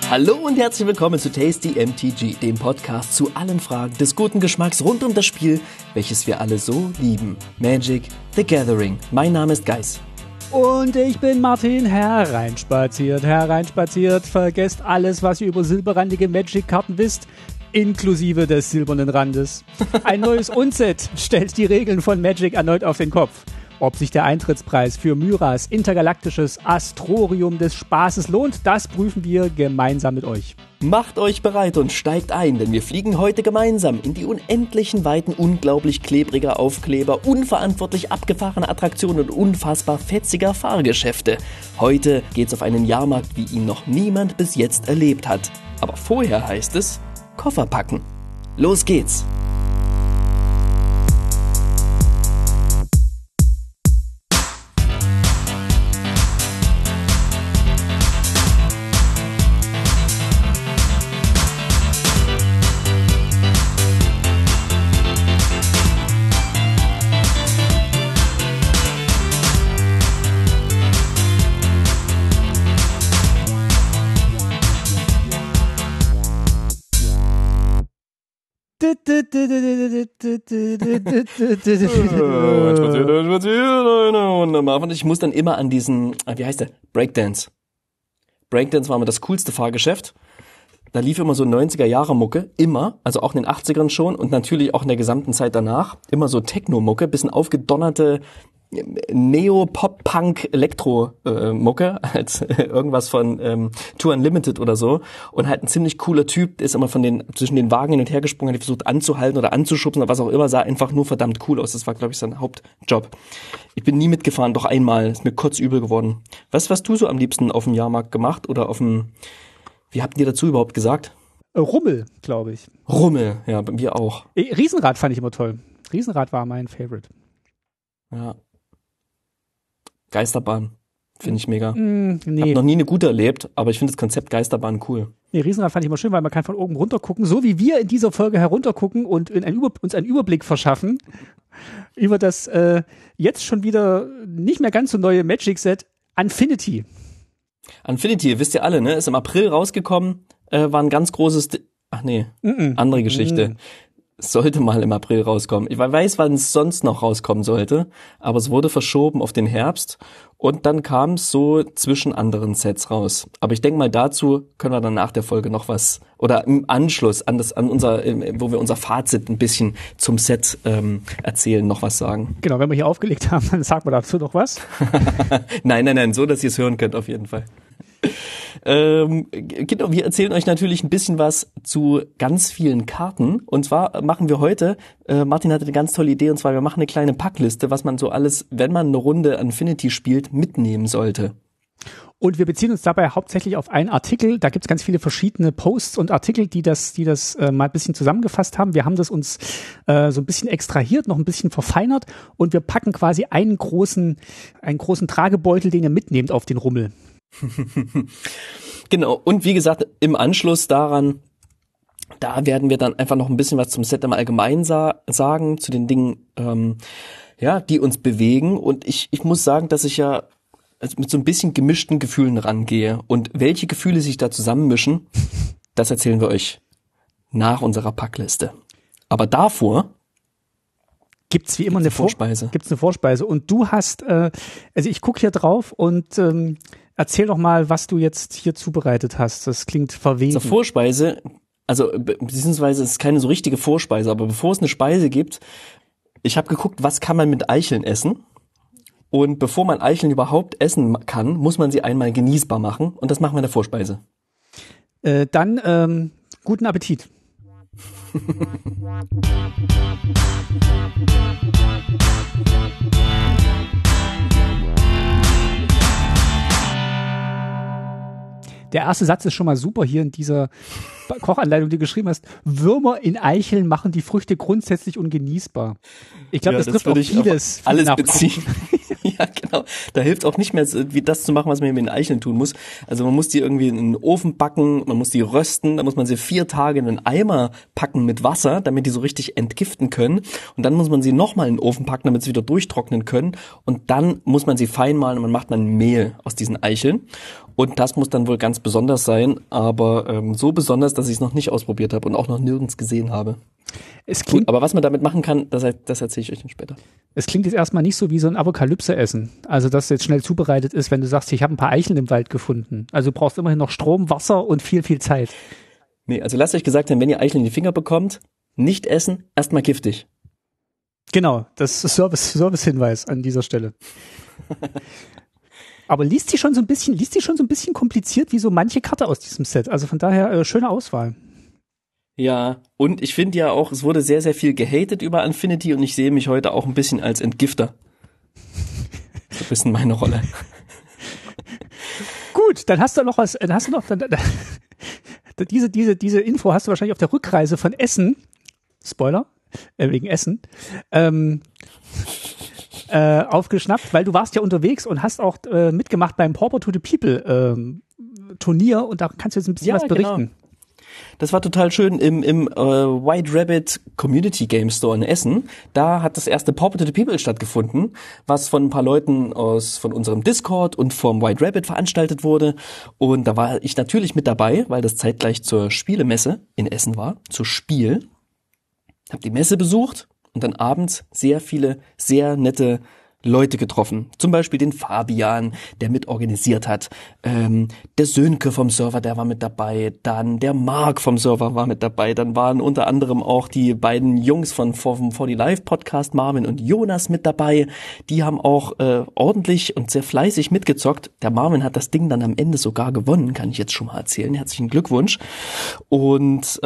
Hallo und herzlich willkommen zu Tasty MTG, dem Podcast zu allen Fragen des guten Geschmacks rund um das Spiel, welches wir alle so lieben. Magic: The Gathering. Mein Name ist Geis. Und ich bin Martin. Hereinspaziert. Vergesst alles, was ihr über silberrandige Magic-Karten wisst, inklusive des silbernen Randes. Ein neues Unset stellt die Regeln von Magic erneut auf den Kopf. Ob sich der Eintrittspreis für Myras intergalaktisches Astrorium des Spaßes lohnt, das prüfen wir gemeinsam mit euch. Macht euch bereit und steigt ein, denn wir fliegen heute gemeinsam in die unendlichen Weiten unglaublich klebriger Aufkleber, unverantwortlich abgefahrene Attraktionen und unfassbar fetziger Fahrgeschäfte. Heute geht's auf einen Jahrmarkt, wie ihn noch niemand bis jetzt erlebt hat. Aber vorher heißt es Koffer packen. Los geht's! Ich muss dann immer an diesen, wie heißt der? Breakdance. Breakdance war immer das coolste Fahrgeschäft. Da lief immer so 90er-Jahre-Mucke, immer, also auch in den 80ern schon und natürlich auch in der gesamten Zeit danach. Immer so Techno-Mucke, bisschen aufgedonnerte Neo-Pop-Punk-Elektro-Mucke, als irgendwas von Tour Unlimited oder so. Und halt ein ziemlich cooler Typ, ist immer zwischen den Wagen hin und her gesprungen, hat versucht anzuhalten oder anzuschubsen oder was auch immer, sah einfach nur verdammt cool aus. Das war, glaube ich, sein Hauptjob. Ich bin nie mitgefahren, doch einmal, ist mir kotzübel geworden. Was hast du so am liebsten auf dem Jahrmarkt gemacht oder wie habt ihr dazu überhaupt gesagt? Rummel, glaube ich. Rummel, ja, bei mir auch. Riesenrad fand ich immer toll. Riesenrad war mein Favorite. Ja. Geisterbahn, finde ich mega. Nee. Hab noch nie eine gute erlebt, aber ich finde das Konzept Geisterbahn cool. Nee, Riesenrad fand ich immer schön, weil man kann von oben runter gucken, so wie wir in dieser Folge heruntergucken und uns einen Überblick verschaffen über das jetzt schon wieder nicht mehr ganz so neue Magic-Set Unfinity. Unfinity, wisst ihr alle, ne? Ist im April rausgekommen, war ein ganz großes... andere Geschichte. Es sollte mal im April rauskommen. Ich weiß, wann es sonst noch rauskommen sollte, aber es wurde verschoben auf den Herbst und dann kam es so zwischen anderen Sets raus. Aber ich denke mal, dazu können wir dann nach der Folge noch was, oder im Anschluss wo wir unser Fazit ein bisschen zum Set erzählen, noch was sagen. Genau, wenn wir hier aufgelegt haben, dann sagen wir dazu noch was. Nein, so, dass ihr es hören könnt auf jeden Fall. Genau, wir erzählen euch natürlich ein bisschen was zu ganz vielen Karten. Und zwar machen wir heute, Martin hatte eine ganz tolle Idee, und zwar wir machen eine kleine Packliste, was man so alles, wenn man eine Runde Infinity spielt, mitnehmen sollte. Und wir beziehen uns dabei hauptsächlich auf einen Artikel. Da gibt es ganz viele verschiedene Posts und Artikel, die das mal ein bisschen zusammengefasst haben. Wir haben das uns so ein bisschen extrahiert, noch ein bisschen verfeinert und wir packen quasi einen großen Tragebeutel, den ihr mitnehmt auf den Rummel. Genau, und wie gesagt, im Anschluss daran, da werden wir dann einfach noch ein bisschen was zum Set im Allgemeinen sagen, zu den Dingen, die uns bewegen. Und ich muss sagen, dass ich ja mit so ein bisschen gemischten Gefühlen rangehe. Und welche Gefühle sich da zusammenmischen, das erzählen wir euch nach unserer Packliste. Aber davor gibt's wie immer eine Vorspeise. Gibt's eine Vorspeise. Und du hast, also ich gucke hier drauf und erzähl doch mal, was du jetzt hier zubereitet hast. Das klingt verwegen. Zur Vorspeise, also beziehungsweise es ist keine so richtige Vorspeise, aber bevor es eine Speise gibt, ich habe geguckt, was kann man mit Eicheln essen? Und bevor man Eicheln überhaupt essen kann, muss man sie einmal genießbar machen. Und das machen wir in der Vorspeise. Dann guten Appetit. Der erste Satz ist schon mal super hier in dieser Kochanleitung, die du geschrieben hast. Würmer in Eicheln machen die Früchte grundsätzlich ungenießbar. Ich glaube, das trifft auch vieles. Alles beziehen. Ja, genau. Da hilft auch nicht mehr, wie das zu machen, was man mit den Eicheln tun muss. Also man muss die irgendwie in den Ofen backen, man muss die rösten, dann muss man sie 4 Tage in einen Eimer packen mit Wasser, damit die so richtig entgiften können. Und dann muss man sie nochmal in den Ofen packen, damit sie wieder durchtrocknen können. Und dann muss man sie fein mahlen und man macht dann Mehl aus diesen Eicheln. Und das muss dann wohl ganz besonders sein, aber so besonders, dass ich es noch nicht ausprobiert habe und auch noch nirgends gesehen habe. Es klingt, Gut, aber was man damit machen kann, das erzähle ich euch dann später. es klingt jetzt erstmal nicht so wie so ein Apokalypse-Essen. Also, dass jetzt schnell zubereitet ist, wenn du sagst, ich habe ein paar Eicheln im Wald gefunden. Also, du brauchst immerhin noch Strom, Wasser und viel, viel Zeit. Nee, also lasst euch gesagt sein, wenn ihr Eicheln in die Finger bekommt, nicht essen, erstmal giftig. Genau, das ist Service-Hinweis an dieser Stelle. Aber liest die schon so ein bisschen kompliziert wie so manche Karte aus diesem Set. Also von daher schöne Auswahl. Ja, und ich finde ja auch, es wurde sehr, sehr viel gehatet über Infinity und ich sehe mich heute auch ein bisschen als Entgifter. So ein bisschen meine Rolle. Gut, dann hast du noch was, diese Info hast du wahrscheinlich auf der Rückreise von Essen, Spoiler, wegen Essen, aufgeschnappt, weil du warst ja unterwegs und hast auch mitgemacht beim Pauper to the People Turnier und da kannst du jetzt ein bisschen was berichten. Genau. Das war total schön im White Rabbit Community Game Store in Essen. Da hat das erste Pauper to the People stattgefunden, was von ein paar Leuten von unserem Discord und vom White Rabbit veranstaltet wurde. Und da war ich natürlich mit dabei, weil das zeitgleich zur Spielemesse in Essen war, zur Spiel. Hab die Messe besucht und dann abends sehr viele, sehr nette Leute getroffen. Zum Beispiel den Fabian, der mit organisiert hat. Der Sönke vom Server, der war mit dabei. Dann der Marc vom Server war mit dabei. Dann waren unter anderem auch die beiden Jungs vom 40 Live Podcast, Marvin und Jonas, mit dabei. Die haben auch ordentlich und sehr fleißig mitgezockt. Der Marvin hat das Ding dann am Ende sogar gewonnen, kann ich jetzt schon mal erzählen. Herzlichen Glückwunsch. Und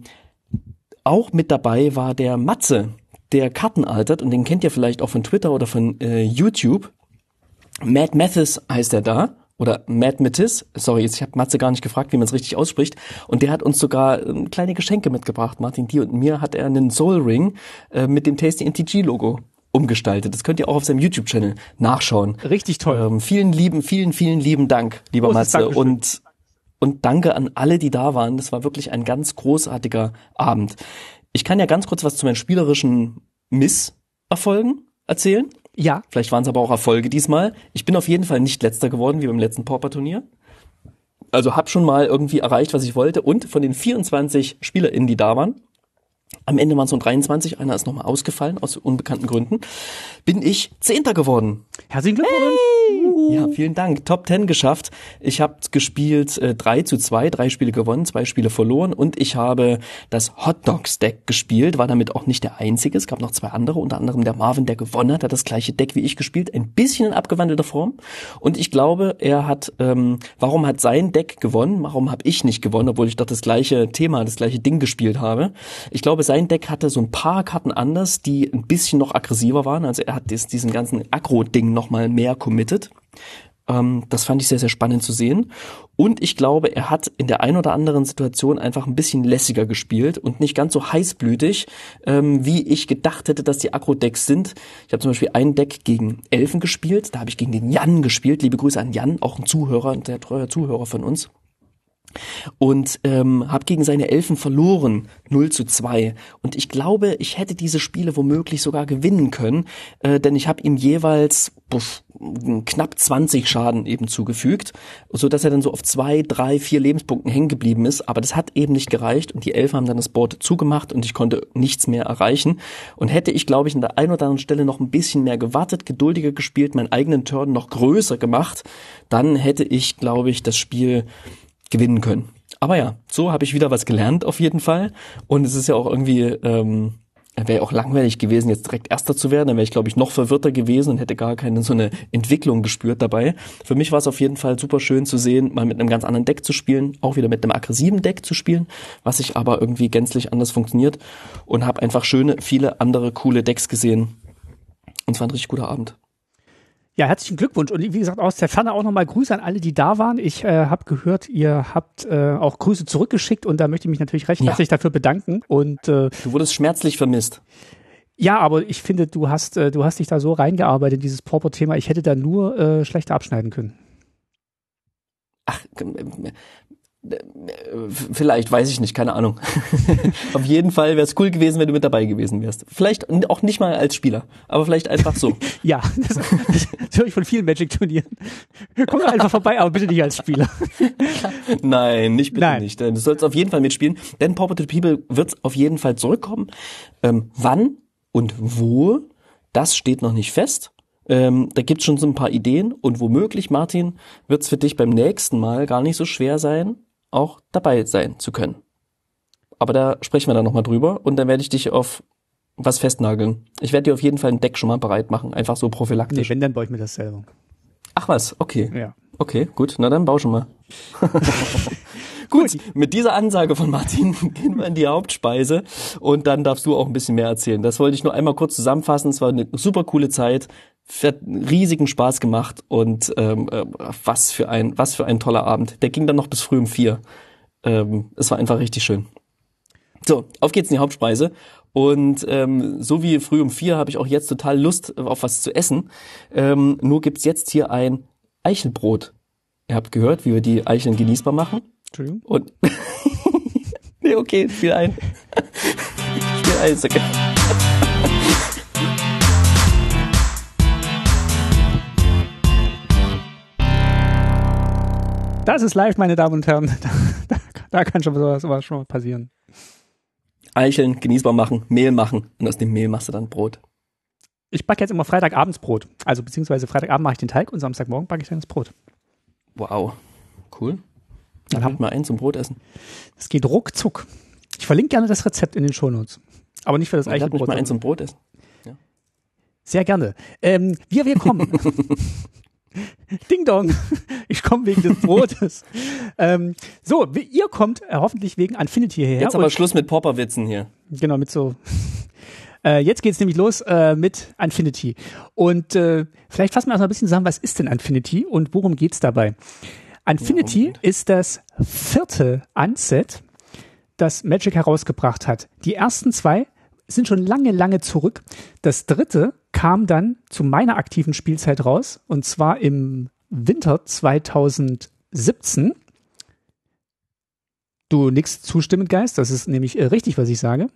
auch mit dabei war der Matze, der Karten altert, und den kennt ihr vielleicht auch von Twitter oder von YouTube. Mad Mathis heißt er da, oder Mad Mathis. Sorry, ich habe Matze gar nicht gefragt, wie man es richtig ausspricht. Und der hat uns sogar kleine Geschenke mitgebracht. Martin, dir und mir hat er einen Soul Ring mit dem Tasty NTG-Logo umgestaltet. Das könnt ihr auch auf seinem YouTube-Channel nachschauen. Richtig toll. Vielen lieben Dank, lieber Matze. Und danke an alle, die da waren. Das war wirklich ein ganz großartiger Abend. Ich kann ja ganz kurz was zu meinen spielerischen Misserfolgen erzählen. Ja. Vielleicht waren es aber auch Erfolge diesmal. Ich bin auf jeden Fall nicht Letzter geworden, wie beim letzten Pauper-Turnier. Also habe schon mal irgendwie erreicht, was ich wollte. Und von den 24 SpielerInnen, die da waren, am Ende waren es nur 23, einer ist nochmal ausgefallen, aus unbekannten Gründen, bin ich 10. geworden. Herzlichen Glückwunsch. Hey! Ja, vielen Dank. Top 10 geschafft. Ich habe gespielt 3:2, 3 Spiele gewonnen, 2 Spiele verloren, und ich habe das Hot Dogs Deck gespielt, war damit auch nicht der Einzige. Es gab noch 2 andere, unter anderem der Marvin, der gewonnen hat das gleiche Deck wie ich gespielt, ein bisschen in abgewandelter Form. Und ich glaube, er hat, warum hat sein Deck gewonnen? Warum habe ich nicht gewonnen, obwohl ich doch das gleiche Thema, das gleiche Ding gespielt habe? Ich glaube, sein Deck hatte so ein paar Karten anders, die ein bisschen noch aggressiver waren. Also er hat diesen ganzen Aggro-Ding nochmal mehr committed. Das fand ich sehr, sehr spannend zu sehen. Und ich glaube, er hat in der ein oder anderen Situation einfach ein bisschen lässiger gespielt und nicht ganz so heißblütig, wie ich gedacht hätte, dass die Aggro-Decks sind. Ich habe zum Beispiel ein Deck gegen Elfen gespielt. Da habe ich gegen den Jan gespielt. Liebe Grüße an Jan, auch ein Zuhörer, ein sehr treuer Zuhörer von uns. Und habe gegen seine Elfen verloren, 0:2. Und ich glaube, ich hätte diese Spiele womöglich sogar gewinnen können, denn ich habe ihm jeweils knapp 20 Schaden eben zugefügt, so dass er dann so auf 2, 3, 4 Lebenspunkten hängen geblieben ist. Aber das hat eben nicht gereicht und die Elfen haben dann das Board zugemacht und ich konnte nichts mehr erreichen. Und hätte ich, glaube ich, an der einen oder anderen Stelle noch ein bisschen mehr gewartet, geduldiger gespielt, meinen eigenen Turn noch größer gemacht, dann hätte ich, glaube ich, das Spiel gewinnen können. Aber ja, so habe ich wieder was gelernt auf jeden Fall. Und es ist ja auch irgendwie, wäre auch langweilig gewesen, jetzt direkt Erster zu werden. Dann wäre ich, glaube ich, noch verwirrter gewesen und hätte gar keine so eine Entwicklung gespürt dabei. Für mich war es auf jeden Fall super schön zu sehen, mal mit einem ganz anderen Deck zu spielen, auch wieder mit einem aggressiven Deck zu spielen, was sich aber irgendwie gänzlich anders funktioniert, und habe einfach schöne, viele andere coole Decks gesehen. Und es war ein richtig guter Abend. Ja, herzlichen Glückwunsch. Und wie gesagt, aus der Ferne auch nochmal Grüße an alle, die da waren. Ich habe gehört, ihr habt auch Grüße zurückgeschickt, und da möchte ich mich natürlich recht herzlich dafür bedanken. Und du wurdest schmerzlich vermisst. Ja, aber ich finde, du hast dich da so reingearbeitet in dieses Pauper-Thema. Ich hätte da nur schlechter abschneiden können. Ach, Vielleicht, weiß ich nicht, keine Ahnung. Auf jeden Fall wäre es cool gewesen, wenn du mit dabei gewesen wärst. Vielleicht auch nicht mal als Spieler, aber vielleicht einfach so. Ja, das höre ich von vielen Magic-Turnieren. Komm einfach vorbei, aber bitte nicht als Spieler. Nein, nicht. Du sollst auf jeden Fall mitspielen, denn Pauper to the People wird auf jeden Fall zurückkommen. Wann und wo, das steht noch nicht fest. Da gibt's schon so ein paar Ideen und womöglich, Martin, wird's für dich beim nächsten Mal gar nicht so schwer sein, auch dabei sein zu können. Aber da sprechen wir dann nochmal drüber und dann werde ich dich auf was festnageln. Ich werde dir auf jeden Fall ein Deck schon mal bereit machen, einfach so prophylaktisch. Nee, wenn, dann baue ich mir das selber. Ach was, okay. Ja. Okay, gut, na dann bau schon mal. Gut, mit dieser Ansage von Martin gehen wir in die Hauptspeise und dann darfst du auch ein bisschen mehr erzählen. Das wollte ich nur einmal kurz zusammenfassen. Es war eine super coole Zeit, hat riesigen Spaß gemacht und was für ein toller Abend. Der ging dann noch bis früh um 4. Es war einfach richtig schön. So, auf geht's in die Hauptspeise. Und so wie früh um 4 habe ich auch jetzt total Lust auf was zu essen. Nur gibt's jetzt hier ein Eichelbrot. Ihr habt gehört, wie wir die Eicheln genießbar machen. Entschuldigung. Und nee, okay, spiel ein. Spiel ein, ist okay. Das ist live, meine Damen und Herren. Da kann schon sowas schon mal passieren. Eicheln genießbar machen, Mehl machen und aus dem Mehl machst du dann Brot. Ich backe jetzt immer Freitagabends Brot. Also beziehungsweise Freitagabend mache ich den Teig und Samstagmorgen backe ich dann das Brot. Wow, cool. Dann habt mal einen zum Brotessen. Das geht ruckzuck. Ich verlinke gerne das Rezept in den Shownotes. Aber nicht für das Eichelbrot. Lass mich mal einen zum Brotessen. Ja. Sehr gerne. Wir kommen. Ding Dong. Ich komme wegen des Brotes. So, ihr kommt hoffentlich wegen Infinity hierher. Jetzt aber Schluss mit Popperwitzen hier. Genau, mit so. Jetzt geht's nämlich los mit Infinity. Und vielleicht fassen wir erstmal ein bisschen zusammen, was ist denn Infinity und worum geht's dabei? Infinity ist das 4. Unset, das Magic herausgebracht hat. Die ersten 2 sind schon lange zurück. Das 3. kam dann zu meiner aktiven Spielzeit raus, und zwar im Winter 2017. Du nix zustimmend, Geist, das ist nämlich richtig, was ich sage.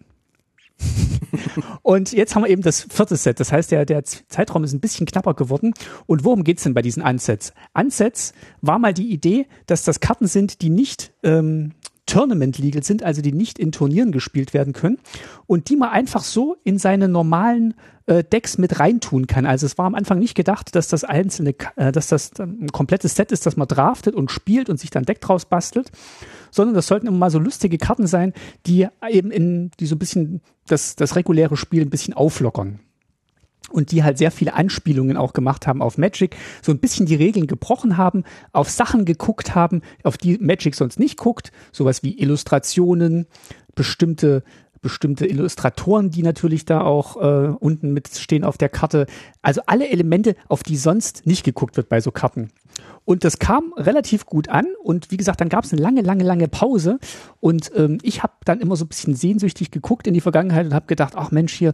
Und jetzt haben wir eben das 4. Set, das heißt, der Zeitraum ist ein bisschen knapper geworden. Und worum geht's denn bei diesen Unsets? Unsets war mal die Idee, dass das Karten sind, die nicht Tournament-legal sind, also die nicht in Turnieren gespielt werden können und die man einfach so in seine normalen Decks mit reintun kann. Also es war am Anfang nicht gedacht, dass das ein komplettes Set ist, das man draftet und spielt und sich dann Deck draus bastelt, sondern das sollten immer mal so lustige Karten sein, die eben die so ein bisschen das reguläre Spiel ein bisschen auflockern. Und die halt sehr viele Anspielungen auch gemacht haben auf Magic, so ein bisschen die Regeln gebrochen haben, auf Sachen geguckt haben, auf die Magic sonst nicht guckt, sowas wie Illustrationen, bestimmte Illustratoren, die natürlich da auch unten mitstehen auf der Karte. Also alle Elemente, auf die sonst nicht geguckt wird bei so Karten. Und das kam relativ gut an und wie gesagt, dann gab es eine lange Pause und ich habe dann immer so ein bisschen sehnsüchtig geguckt in die Vergangenheit und habe gedacht, ach Mensch, hier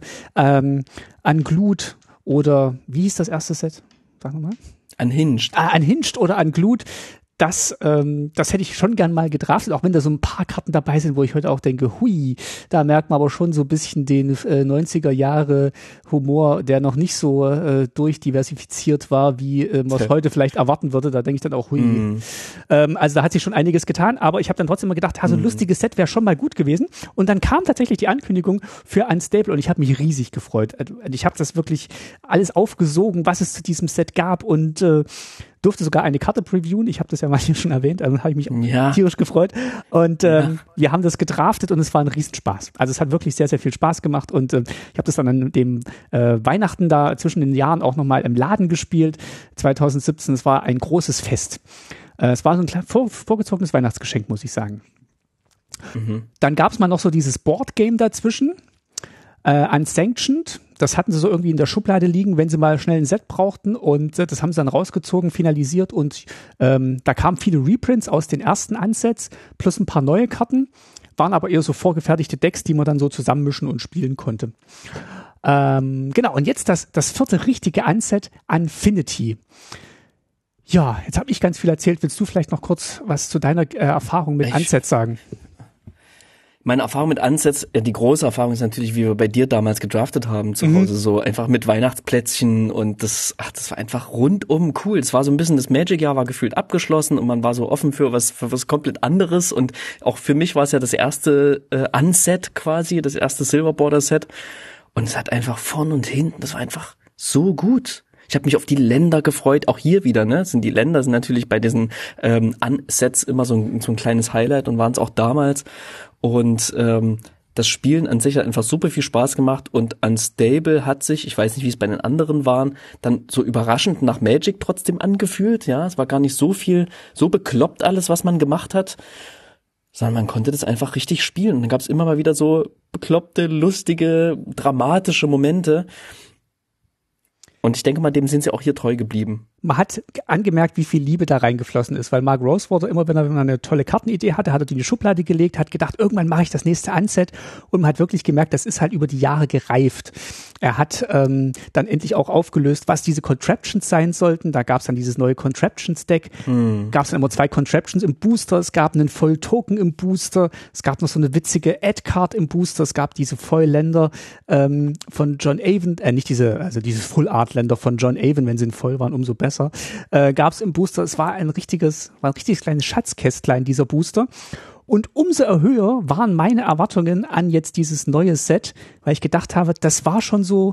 Unglued oder wie hieß das erste Set? Sagen wir mal. Unhinged. Unhinged oder Unglued. Das hätte ich schon gern mal gedraftet, auch wenn da so ein paar Karten dabei sind, wo ich heute auch denke, hui, da merkt man aber schon so ein bisschen den 90er Jahre Humor, der noch nicht so durchdiversifiziert war, wie man es heute vielleicht erwarten würde. Da denke ich dann auch, hui. Also da hat sich schon einiges getan, aber ich habe dann trotzdem mal gedacht, so ein lustiges Set wäre schon mal gut gewesen. Und dann kam tatsächlich die Ankündigung für Unstable und ich habe mich riesig gefreut. Ich habe das wirklich alles aufgesogen, was es zu diesem Set gab und durfte sogar eine Karte previewen. Ich habe das ja mal hier schon erwähnt, also habe ich mich tierisch gefreut. Und wir haben das gedraftet und es war ein Riesenspaß. Also es hat wirklich sehr, sehr viel Spaß gemacht und ich habe das dann an dem Weihnachten da zwischen den Jahren auch nochmal im Laden gespielt. 2017, es war ein großes Fest. Es war so ein vorgezogenes Weihnachtsgeschenk, muss ich sagen. Dann gab es mal noch so dieses Boardgame dazwischen. Unsanctioned, das hatten sie so irgendwie in der Schublade liegen, wenn sie mal schnell ein Set brauchten und das haben sie dann rausgezogen, finalisiert und da kamen viele Reprints aus den ersten Unsets plus ein paar neue Karten, waren aber eher so vorgefertigte Decks, die man dann so zusammenmischen und spielen konnte. Genau, und jetzt das 4. richtige Unset, Infinity. Ja, jetzt habe ich ganz viel erzählt. Willst du vielleicht noch kurz was zu deiner Erfahrung mit Unsets sagen? Meine Erfahrung mit Unsets, die große Erfahrung ist natürlich, wie wir bei dir damals gedraftet haben zu Hause, so einfach mit Weihnachtsplätzchen und das war einfach rundum cool. Es war so ein bisschen, das Magic-Jahr war gefühlt abgeschlossen und man war so offen für was komplett anderes und auch für mich war es ja das erste Unset quasi, das erste Silver Border Set und es hat einfach vorn und hinten, das war einfach so gut. Ich habe mich auf die Länder gefreut, auch hier wieder, ne? Die Länder sind natürlich bei diesen Unsets immer so ein kleines Highlight und waren es auch damals. Und das Spielen an sich hat einfach super viel Spaß gemacht und Unstable hat sich, ich weiß nicht, wie es bei den anderen waren, dann so überraschend nach Magic trotzdem angefühlt. Ja, es war gar nicht so viel, so bekloppt alles, was man gemacht hat, sondern man konnte das einfach richtig spielen. Und dann gab es immer mal wieder so bekloppte, lustige, dramatische Momente. Und ich denke mal, dem sind sie auch hier treu geblieben. Man hat angemerkt, wie viel Liebe da reingeflossen ist, weil Mark Rosewater immer, wenn er eine tolle Kartenidee hatte, hat er die in die Schublade gelegt, hat gedacht, irgendwann mache ich das nächste Unset und man hat wirklich gemerkt, das ist halt über die Jahre gereift. Er hat dann endlich auch aufgelöst, was diese Contraptions sein sollten. Da gab es dann dieses neue Contraptions-Deck. Gab es dann immer 2 Contraptions im Booster, es gab einen Foil-Token im Booster, es gab noch so eine witzige Ad-Card im Booster, es gab diese Foil-Länder von John Avon, nicht dieses Full-Art-Länder von John Avon, wenn sie in Foil waren, umso besser. Gab es im Booster, es war ein richtiges kleines Schatzkästlein, dieser Booster. Und umso höher waren meine Erwartungen an jetzt dieses neue Set, weil ich gedacht habe, das war schon so,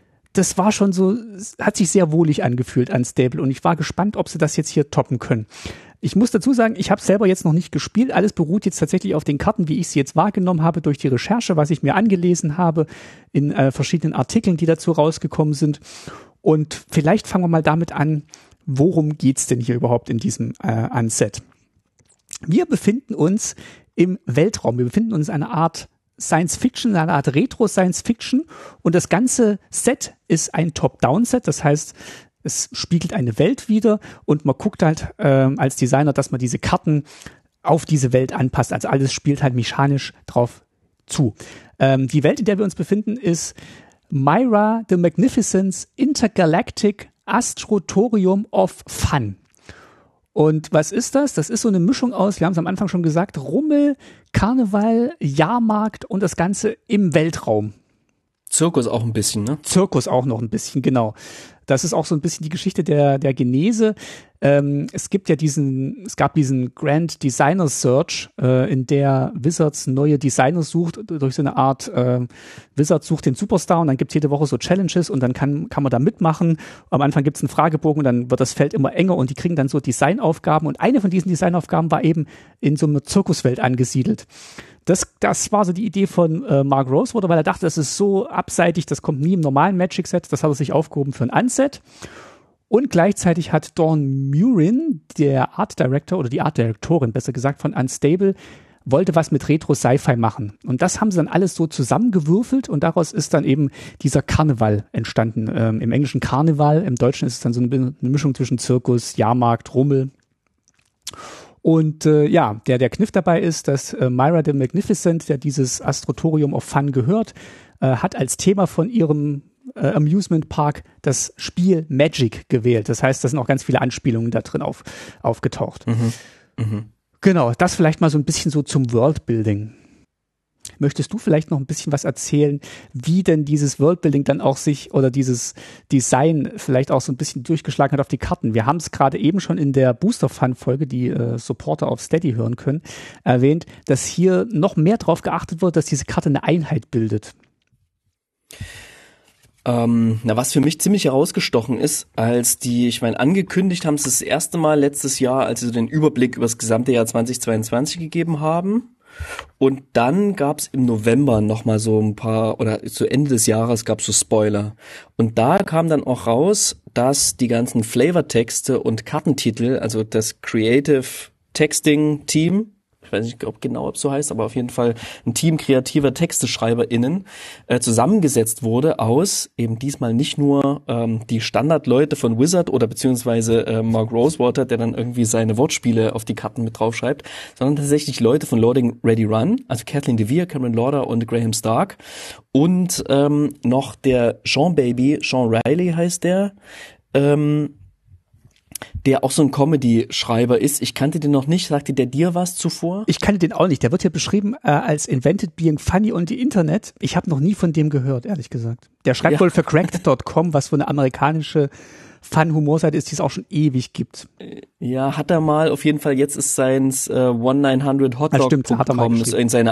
hat sich sehr wohlig angefühlt an Stable und ich war gespannt, ob sie das jetzt hier toppen können. Ich muss dazu sagen, ich habe selber jetzt noch nicht gespielt. Alles beruht jetzt tatsächlich auf den Karten, wie ich sie jetzt wahrgenommen habe durch die Recherche, was ich mir angelesen habe in verschiedenen Artikeln, die dazu rausgekommen sind. Und vielleicht fangen wir mal damit an, worum geht's denn hier überhaupt in diesem Unset? Wir befinden uns im Weltraum. Wir befinden uns in einer Art Science-Fiction, eine Art Retro-Science-Fiction. Und das ganze Set ist ein Top-Down-Set. Das heißt, es spiegelt eine Welt wider und man guckt halt als Designer, dass man diese Karten auf diese Welt anpasst. Also alles spielt halt mechanisch drauf zu. Die Welt, in der wir uns befinden, ist Myra the Magnificent's Intergalactic Astrotorium of Fun. Und was ist das? Das ist so eine Mischung aus, wir haben es am Anfang schon gesagt, Rummel, Karneval, Jahrmarkt und das Ganze im Weltraum. Zirkus auch ein bisschen, ne? Zirkus auch noch ein bisschen, genau. Das ist auch so ein bisschen die Geschichte der Genese. Es gab diesen Grand Designer Search, in der Wizards neue Designer sucht, durch so eine Art Wizards sucht den Superstar und dann gibt's jede Woche so Challenges und dann kann man da mitmachen. Am Anfang gibt's einen Fragebogen und dann wird das Feld immer enger und die kriegen dann so Designaufgaben und eine von diesen Designaufgaben war eben in so einer Zirkuswelt angesiedelt. Das war so die Idee von Mark Rosewater, weil er dachte, das ist so abseitig, das kommt nie im normalen Magic-Set, das hat er sich aufgehoben für ein Unset. Und gleichzeitig hat Dawn Murin, der Art Director oder die Art Directorin, besser gesagt, von Unstable, wollte was mit Retro-Sci-Fi machen. Und das haben sie dann alles so zusammengewürfelt und daraus ist dann eben dieser Karneval entstanden. Im Englischen Karneval, im Deutschen ist es dann so eine Mischung zwischen Zirkus, Jahrmarkt, Rummel. Und der Kniff dabei ist, dass Myra the Magnificent, der dieses Astrotorium of Fun gehört, hat als Thema von ihrem Amusement Park das Spiel Magic gewählt. Das heißt, da sind auch ganz viele Anspielungen da drin aufgetaucht. Genau, das vielleicht mal so ein bisschen so zum Worldbuilding. Möchtest du vielleicht noch ein bisschen was erzählen, wie denn dieses Worldbuilding dann auch dieses Design vielleicht auch so ein bisschen durchgeschlagen hat auf die Karten? Wir haben es gerade eben schon in der Booster-Fun-Folge, die Supporter auf Steady hören können, erwähnt, dass hier noch mehr drauf geachtet wird, dass diese Karte eine Einheit bildet. Was für mich ziemlich herausgestochen ist, angekündigt haben sie das erste Mal letztes Jahr, als sie den Überblick über das gesamte Jahr 2022 gegeben haben. Und dann gab's im November nochmal so ein paar, oder zu Ende des Jahres gab's so Spoiler. Und da kam dann auch raus, dass die ganzen Flavortexte und Kartentitel, also das Creative Texting Team, ich weiß nicht ob es so heißt, aber auf jeden Fall ein Team kreativer TexteschreiberInnen zusammengesetzt wurde aus eben diesmal nicht nur die Standardleute von Wizard oder beziehungsweise Mark Rosewater, der dann irgendwie seine Wortspiele auf die Karten mit draufschreibt, sondern tatsächlich Leute von Lording Ready Run, also Kathleen DeVere, Cameron Lauder und Graham Stark und noch der Sean Riley heißt der, der auch so ein Comedy-Schreiber ist. Ich kannte den noch nicht. Sagte der dir was zuvor? Ich kannte den auch nicht. Der wird hier beschrieben als Invented Being Funny on the Internet. Ich habe noch nie von dem gehört, ehrlich gesagt. Der schreibt wohl für Cracked.com, was für eine amerikanische Fun-Humor-Seite ist, die es auch schon ewig gibt. Ja, hat er mal. Auf jeden Fall, jetzt ist seins 1900hotdog.com, ist sein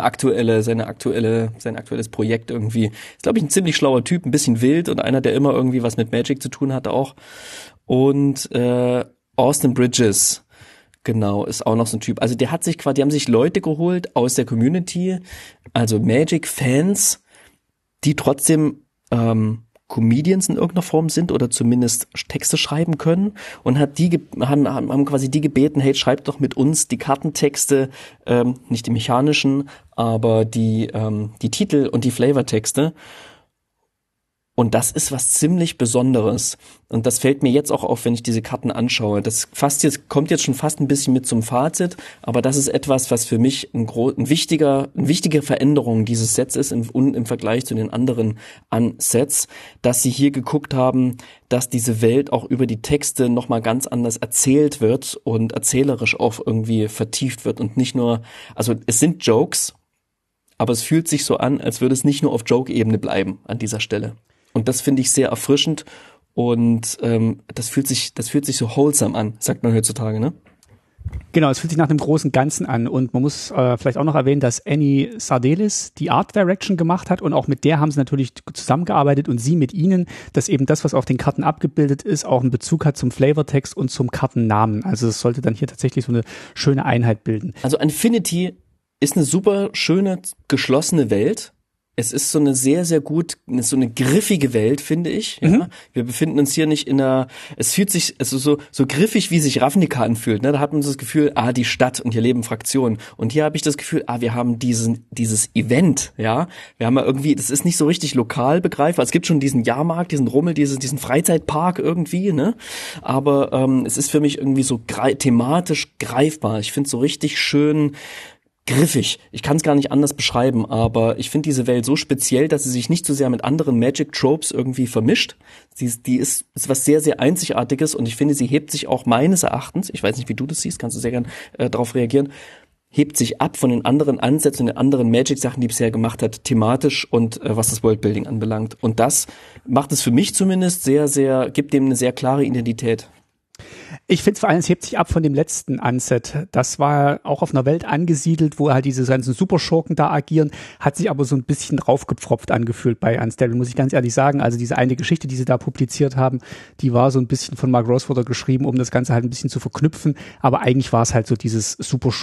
aktuelles Projekt irgendwie. Ist, glaube ich, ein ziemlich schlauer Typ, ein bisschen wild und einer, der immer irgendwie was mit Magic zu tun hat auch. Und Austin Bridges, genau, ist auch noch so ein Typ. Also die haben sich Leute geholt aus der Community, also Magic-Fans, die trotzdem Comedians in irgendeiner Form sind oder zumindest Texte schreiben können und haben quasi die gebeten, hey, schreibt doch mit uns die Kartentexte, nicht die mechanischen, aber die Titel und die Flavortexte. Und das ist was ziemlich Besonderes. Und das fällt mir jetzt auch auf, wenn ich diese Karten anschaue. Kommt jetzt schon fast ein bisschen mit zum Fazit, aber das ist etwas, was für mich eine wichtige Veränderung dieses Sets ist im Vergleich zu den anderen Unsets, dass sie hier geguckt haben, dass diese Welt auch über die Texte nochmal ganz anders erzählt wird und erzählerisch auch irgendwie vertieft wird und nicht nur, also es sind Jokes, aber es fühlt sich so an, als würde es nicht nur auf Joke-Ebene bleiben an dieser Stelle. Und das finde ich sehr erfrischend und das fühlt sich so wholesome an, sagt man heutzutage, ne? Genau, es fühlt sich nach einem großen Ganzen an und man muss vielleicht auch noch erwähnen, dass Annie Sardelis die Art Direction gemacht hat und auch mit der haben sie natürlich zusammengearbeitet und sie mit ihnen, dass eben das, was auf den Karten abgebildet ist, auch einen Bezug hat zum Flavortext und zum Kartennamen. Also es sollte dann hier tatsächlich so eine schöne Einheit bilden. Also Infinity ist eine super schöne, geschlossene Welt. Es ist so eine sehr, sehr so eine griffige Welt, finde ich. Ja? Wir befinden uns hier nicht es fühlt sich so griffig, wie sich Ravnica anfühlt. Ne? Da hat man so das Gefühl, die Stadt und hier leben Fraktionen. Und hier habe ich das Gefühl, wir haben dieses Event, ja. Wir haben ja irgendwie, das ist nicht so richtig lokal begreifbar. Es gibt schon diesen Jahrmarkt, diesen Rummel, diesen Freizeitpark irgendwie, ne? Aber es ist für mich irgendwie so thematisch greifbar. Ich finde es so richtig schön griffig. Ich kann es gar nicht anders beschreiben, aber ich finde diese Welt so speziell, dass sie sich nicht so sehr mit anderen Magic-Tropes irgendwie vermischt. Die ist was sehr, sehr Einzigartiges und ich finde, sie hebt sich auch meines Erachtens, ich weiß nicht, wie du das siehst, kannst du sehr gern darauf reagieren, hebt sich ab von den anderen Ansätzen und den anderen Magic-Sachen, die bisher gemacht hat, thematisch und was das Worldbuilding anbelangt. Und das macht es für mich zumindest gibt dem eine sehr klare Identität. Ich finde es vor allem, es hebt sich ab von dem letzten Unset. Das war auch auf einer Welt angesiedelt, wo halt diese ganzen Superschurken da agieren, hat sich aber so ein bisschen draufgepfropft angefühlt bei Unstable, muss ich ganz ehrlich sagen. Also diese eine Geschichte, die sie da publiziert haben, die war so ein bisschen von Mark Rosewater geschrieben, um das Ganze halt ein bisschen zu verknüpfen. Aber eigentlich war es halt so dieses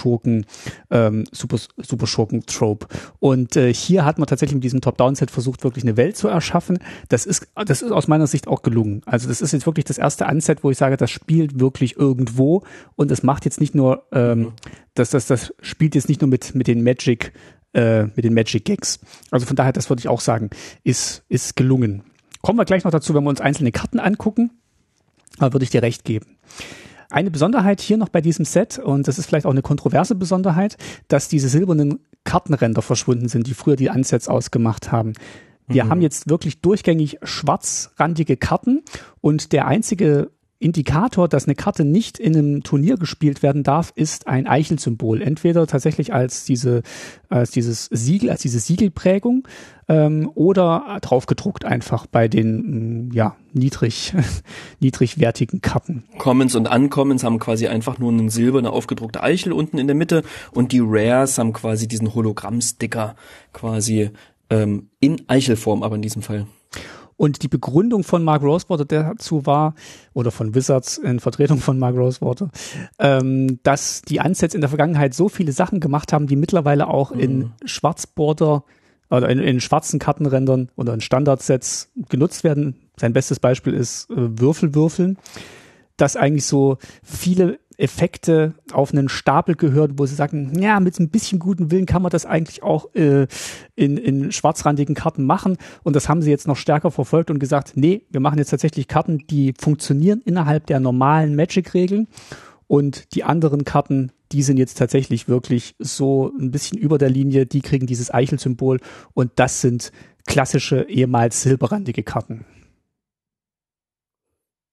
Superschurken-Trope. Und hier hat man tatsächlich mit diesem Top-Down-Set versucht, wirklich eine Welt zu erschaffen. Das ist aus meiner Sicht auch gelungen. Also das ist jetzt wirklich das erste Unset, wo ich sage, das spielt wirklich irgendwo und es macht jetzt nicht nur, das spielt jetzt nicht nur mit den Magic Gags. Also von daher, das würde ich auch sagen, ist gelungen. Kommen wir gleich noch dazu, wenn wir uns einzelne Karten angucken, da würde ich dir recht geben. Eine Besonderheit hier noch bei diesem Set, und das ist vielleicht auch eine kontroverse Besonderheit, dass diese silbernen Kartenränder verschwunden sind, die früher die Unsets ausgemacht haben. Wir haben jetzt wirklich durchgängig schwarzrandige Karten und der einzige Indikator, dass eine Karte nicht in einem Turnier gespielt werden darf, ist ein Eichelsymbol. Entweder tatsächlich als diese Siegelprägung oder draufgedruckt einfach bei den niedrigwertigen Karten. Commons und Uncommons haben quasi einfach nur eine silberne aufgedruckte Eichel unten in der Mitte und die Rares haben quasi diesen Hologrammsticker quasi in Eichelform, aber in diesem Fall. Und die Begründung von Mark Rosewater dazu war, oder von Wizards in Vertretung von Mark Rosewater, dass die Unsets in der Vergangenheit so viele Sachen gemacht haben, die mittlerweile auch in Schwarzborder oder in schwarzen Kartenrändern oder in Standardsets genutzt werden. Sein bestes Beispiel ist Würfeln, dass eigentlich so viele Effekte auf einen Stapel gehören, wo sie sagen, ja, mit ein bisschen guten Willen kann man das eigentlich auch in schwarzrandigen Karten machen. Und das haben sie jetzt noch stärker verfolgt und gesagt, nee, wir machen jetzt tatsächlich Karten, die funktionieren innerhalb der normalen Magic-Regeln. Und die anderen Karten, die sind jetzt tatsächlich wirklich so ein bisschen über der Linie, die kriegen dieses Eichelsymbol. Und das sind klassische, ehemals silberrandige Karten.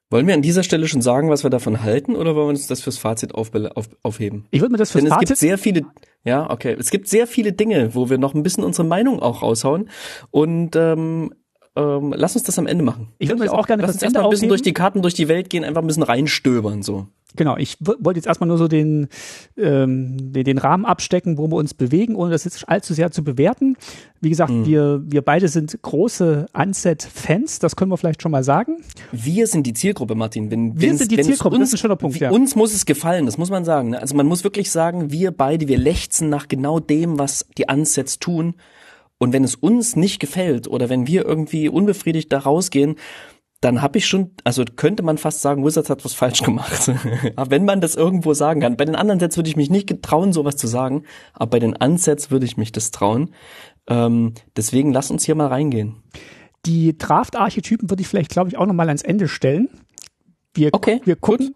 Wollen wir an dieser Stelle schon sagen, was wir davon halten, oder wollen wir uns das fürs Fazit aufheben? Ich würde mir das fürs Denn es Fazit... gibt sehr viele, ja, okay. Es gibt sehr viele Dinge, wo wir noch ein bisschen unsere Meinung auch raushauen. Und lass uns das am Ende machen. Ich würde mir das auch gerne fürs Ende ein bisschen durch die Karten, durch die Welt gehen, einfach ein bisschen reinstöbern, so. Genau, ich wollte jetzt erstmal nur so den Rahmen abstecken, wo wir uns bewegen, ohne das jetzt allzu sehr zu bewerten. Wie gesagt, wir beide sind große Unset-Fans, das können wir vielleicht schon mal sagen. Wir sind die Zielgruppe, Martin. Wir sind die Zielgruppe, das ist ein schöner Punkt, ja. Uns muss es gefallen, das muss man sagen. Ne? Also man muss wirklich sagen, wir lechzen nach genau dem, was die Unsets tun. Und wenn es uns nicht gefällt oder wenn wir irgendwie unbefriedigt da rausgehen, dann könnte man fast sagen, Wizards hat was falsch gemacht. Aber wenn man das irgendwo sagen kann. Bei den anderen Sets würde ich mich nicht trauen, sowas zu sagen, aber bei den Unsets würde ich mich das trauen. Deswegen lass uns hier mal reingehen. Die Draft-Archetypen würde ich vielleicht, glaube ich, auch nochmal ans Ende stellen. Wir gucken,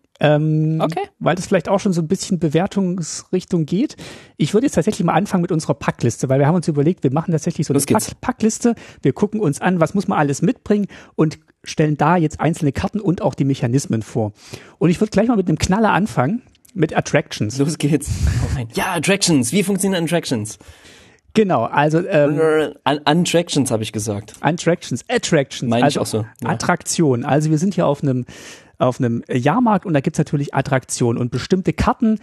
weil das vielleicht auch schon so ein bisschen Bewertungsrichtung geht. Ich würde jetzt tatsächlich mal anfangen mit unserer Packliste, weil wir haben uns überlegt, wir machen tatsächlich so eine Packliste. Wir gucken uns an, was muss man alles mitbringen und stellen da jetzt einzelne Karten und auch die Mechanismen vor. Und ich würde gleich mal mit einem Knaller anfangen, mit Attractions. Los geht's. Oh nein. Ja, Attractions. Wie funktionieren Attractions? Genau, also Attractions habe ich gesagt. Attractions. Meine ich also auch so. Ja. Attraktion. Also wir sind hier auf einem Jahrmarkt und da gibt's natürlich Attraktionen und bestimmte Karten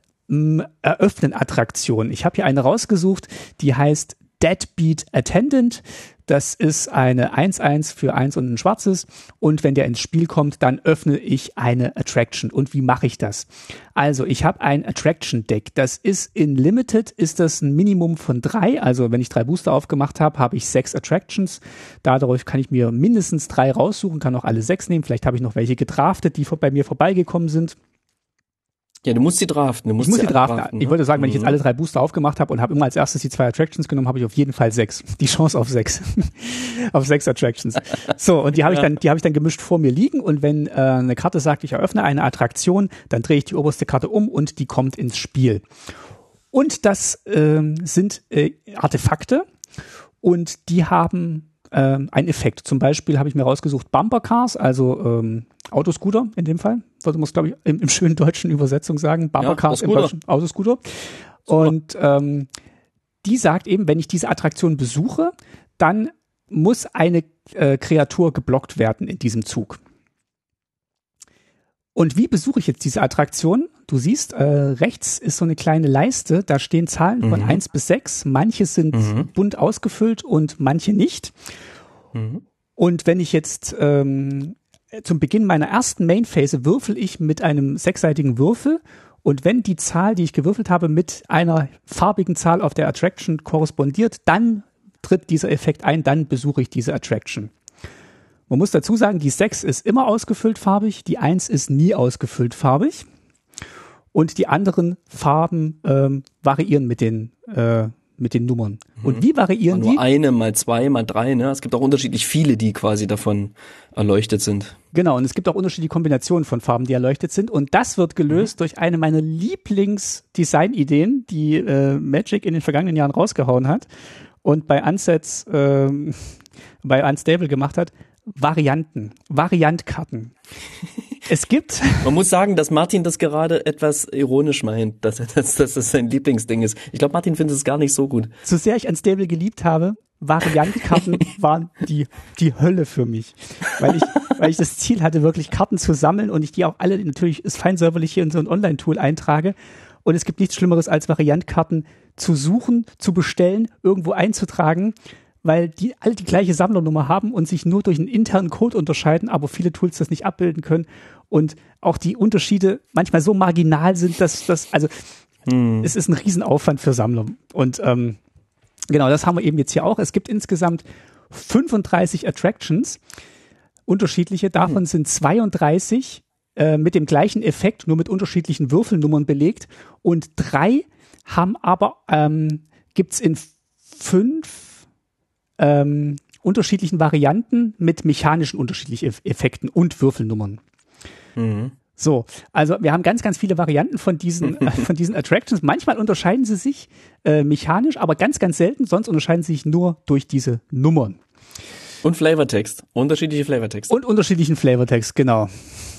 eröffnen Attraktionen. Ich habe hier eine rausgesucht, die heißt Deadbeat Attendant. Das ist eine 1-1 für 1 und ein schwarzes. Und wenn der ins Spiel kommt, dann öffne ich eine Attraction. Und wie mache ich das? Also ich habe ein Attraction-Deck. Das ist in Limited, ist das ein Minimum von 3. Also wenn ich 3 Booster aufgemacht habe, habe ich 6 Attractions. Dadurch kann ich mir mindestens 3 raussuchen, kann auch alle 6 nehmen. Vielleicht habe ich noch welche gedraftet, die bei mir vorbeigekommen sind. Ja, du musst sie draften. Ich muss sie draften. Ich würde sagen, wenn ich jetzt alle 3 Booster aufgemacht habe und habe immer als erstes die 2 Attractions genommen, habe ich auf jeden Fall 6. Die Chance auf 6. auf 6 Attractions. So, und die habe ich dann gemischt vor mir liegen. Und wenn eine Karte sagt, ich eröffne eine Attraktion, dann drehe ich die oberste Karte um und die kommt ins Spiel. Und das sind Artefakte und die haben einen Effekt. Zum Beispiel habe ich mir rausgesucht Bumper Cars, also Autoscooter in dem Fall. Sollte man es, glaube ich, im schönen deutschen Übersetzung sagen. Bumper Cars im deutschen Autoscooter. Und die sagt eben, wenn ich diese Attraktion besuche, dann muss eine Kreatur geblockt werden in diesem Zug. Und wie besuche ich jetzt diese Attraktion? Du siehst, rechts ist so eine kleine Leiste, da stehen Zahlen von 1 bis 6. Manche sind bunt ausgefüllt und manche nicht. Und wenn ich jetzt zum Beginn meiner ersten Main-Phase würfel ich mit einem 6-seitigen Würfel und wenn die Zahl, die ich gewürfelt habe, mit einer farbigen Zahl auf der Attraction korrespondiert, dann tritt dieser Effekt ein, dann besuche ich diese Attraction. Man muss dazu sagen, die 6 ist immer ausgefüllt farbig, die 1 ist nie ausgefüllt farbig und die anderen Farben variieren mit den Nummern. Und wie variieren die? Nur eine, mal 2, mal 3, ne? Es gibt auch unterschiedlich viele, die quasi davon erleuchtet sind. Genau, und es gibt auch unterschiedliche Kombinationen von Farben, die erleuchtet sind. Und das wird gelöst durch eine meiner Lieblings-Design-Ideen, die Magic in den vergangenen Jahren rausgehauen hat und bei Unsets, bei Unstable gemacht hat. Variantkarten. Es gibt... Man muss sagen, dass Martin das gerade etwas ironisch meint, dass das sein Lieblingsding ist. Ich glaube, Martin findet es gar nicht so gut. So sehr ich Unstable geliebt habe, Variantkarten waren die Hölle für mich. Weil ich das Ziel hatte, wirklich Karten zu sammeln und ich die auch alle natürlich ist fein säuberlich hier in so ein Online-Tool eintrage. Und es gibt nichts Schlimmeres, als Variantkarten zu suchen, zu bestellen, irgendwo einzutragen, weil die alle die gleiche Sammlernummer haben und sich nur durch einen internen Code unterscheiden, aber viele Tools das nicht abbilden können und auch die Unterschiede manchmal so marginal sind, dass es ist ein Riesenaufwand für Sammler. Und genau, das haben wir eben jetzt hier auch. Es gibt insgesamt 35 Attractions, unterschiedliche. Davon sind 32 mit dem gleichen Effekt, nur mit unterschiedlichen Würfelnummern belegt. Und 3 haben aber, gibt's in 5 unterschiedlichen Varianten mit mechanischen unterschiedlichen Effekten und Würfelnummern. So, also wir haben ganz, ganz viele Varianten von diesen Attractions. Manchmal unterscheiden sie sich mechanisch, aber ganz, ganz selten. Sonst unterscheiden sie sich nur durch diese Nummern. Und Flavortext. Unterschiedliche Flavortext. Und unterschiedlichen Flavortext, genau.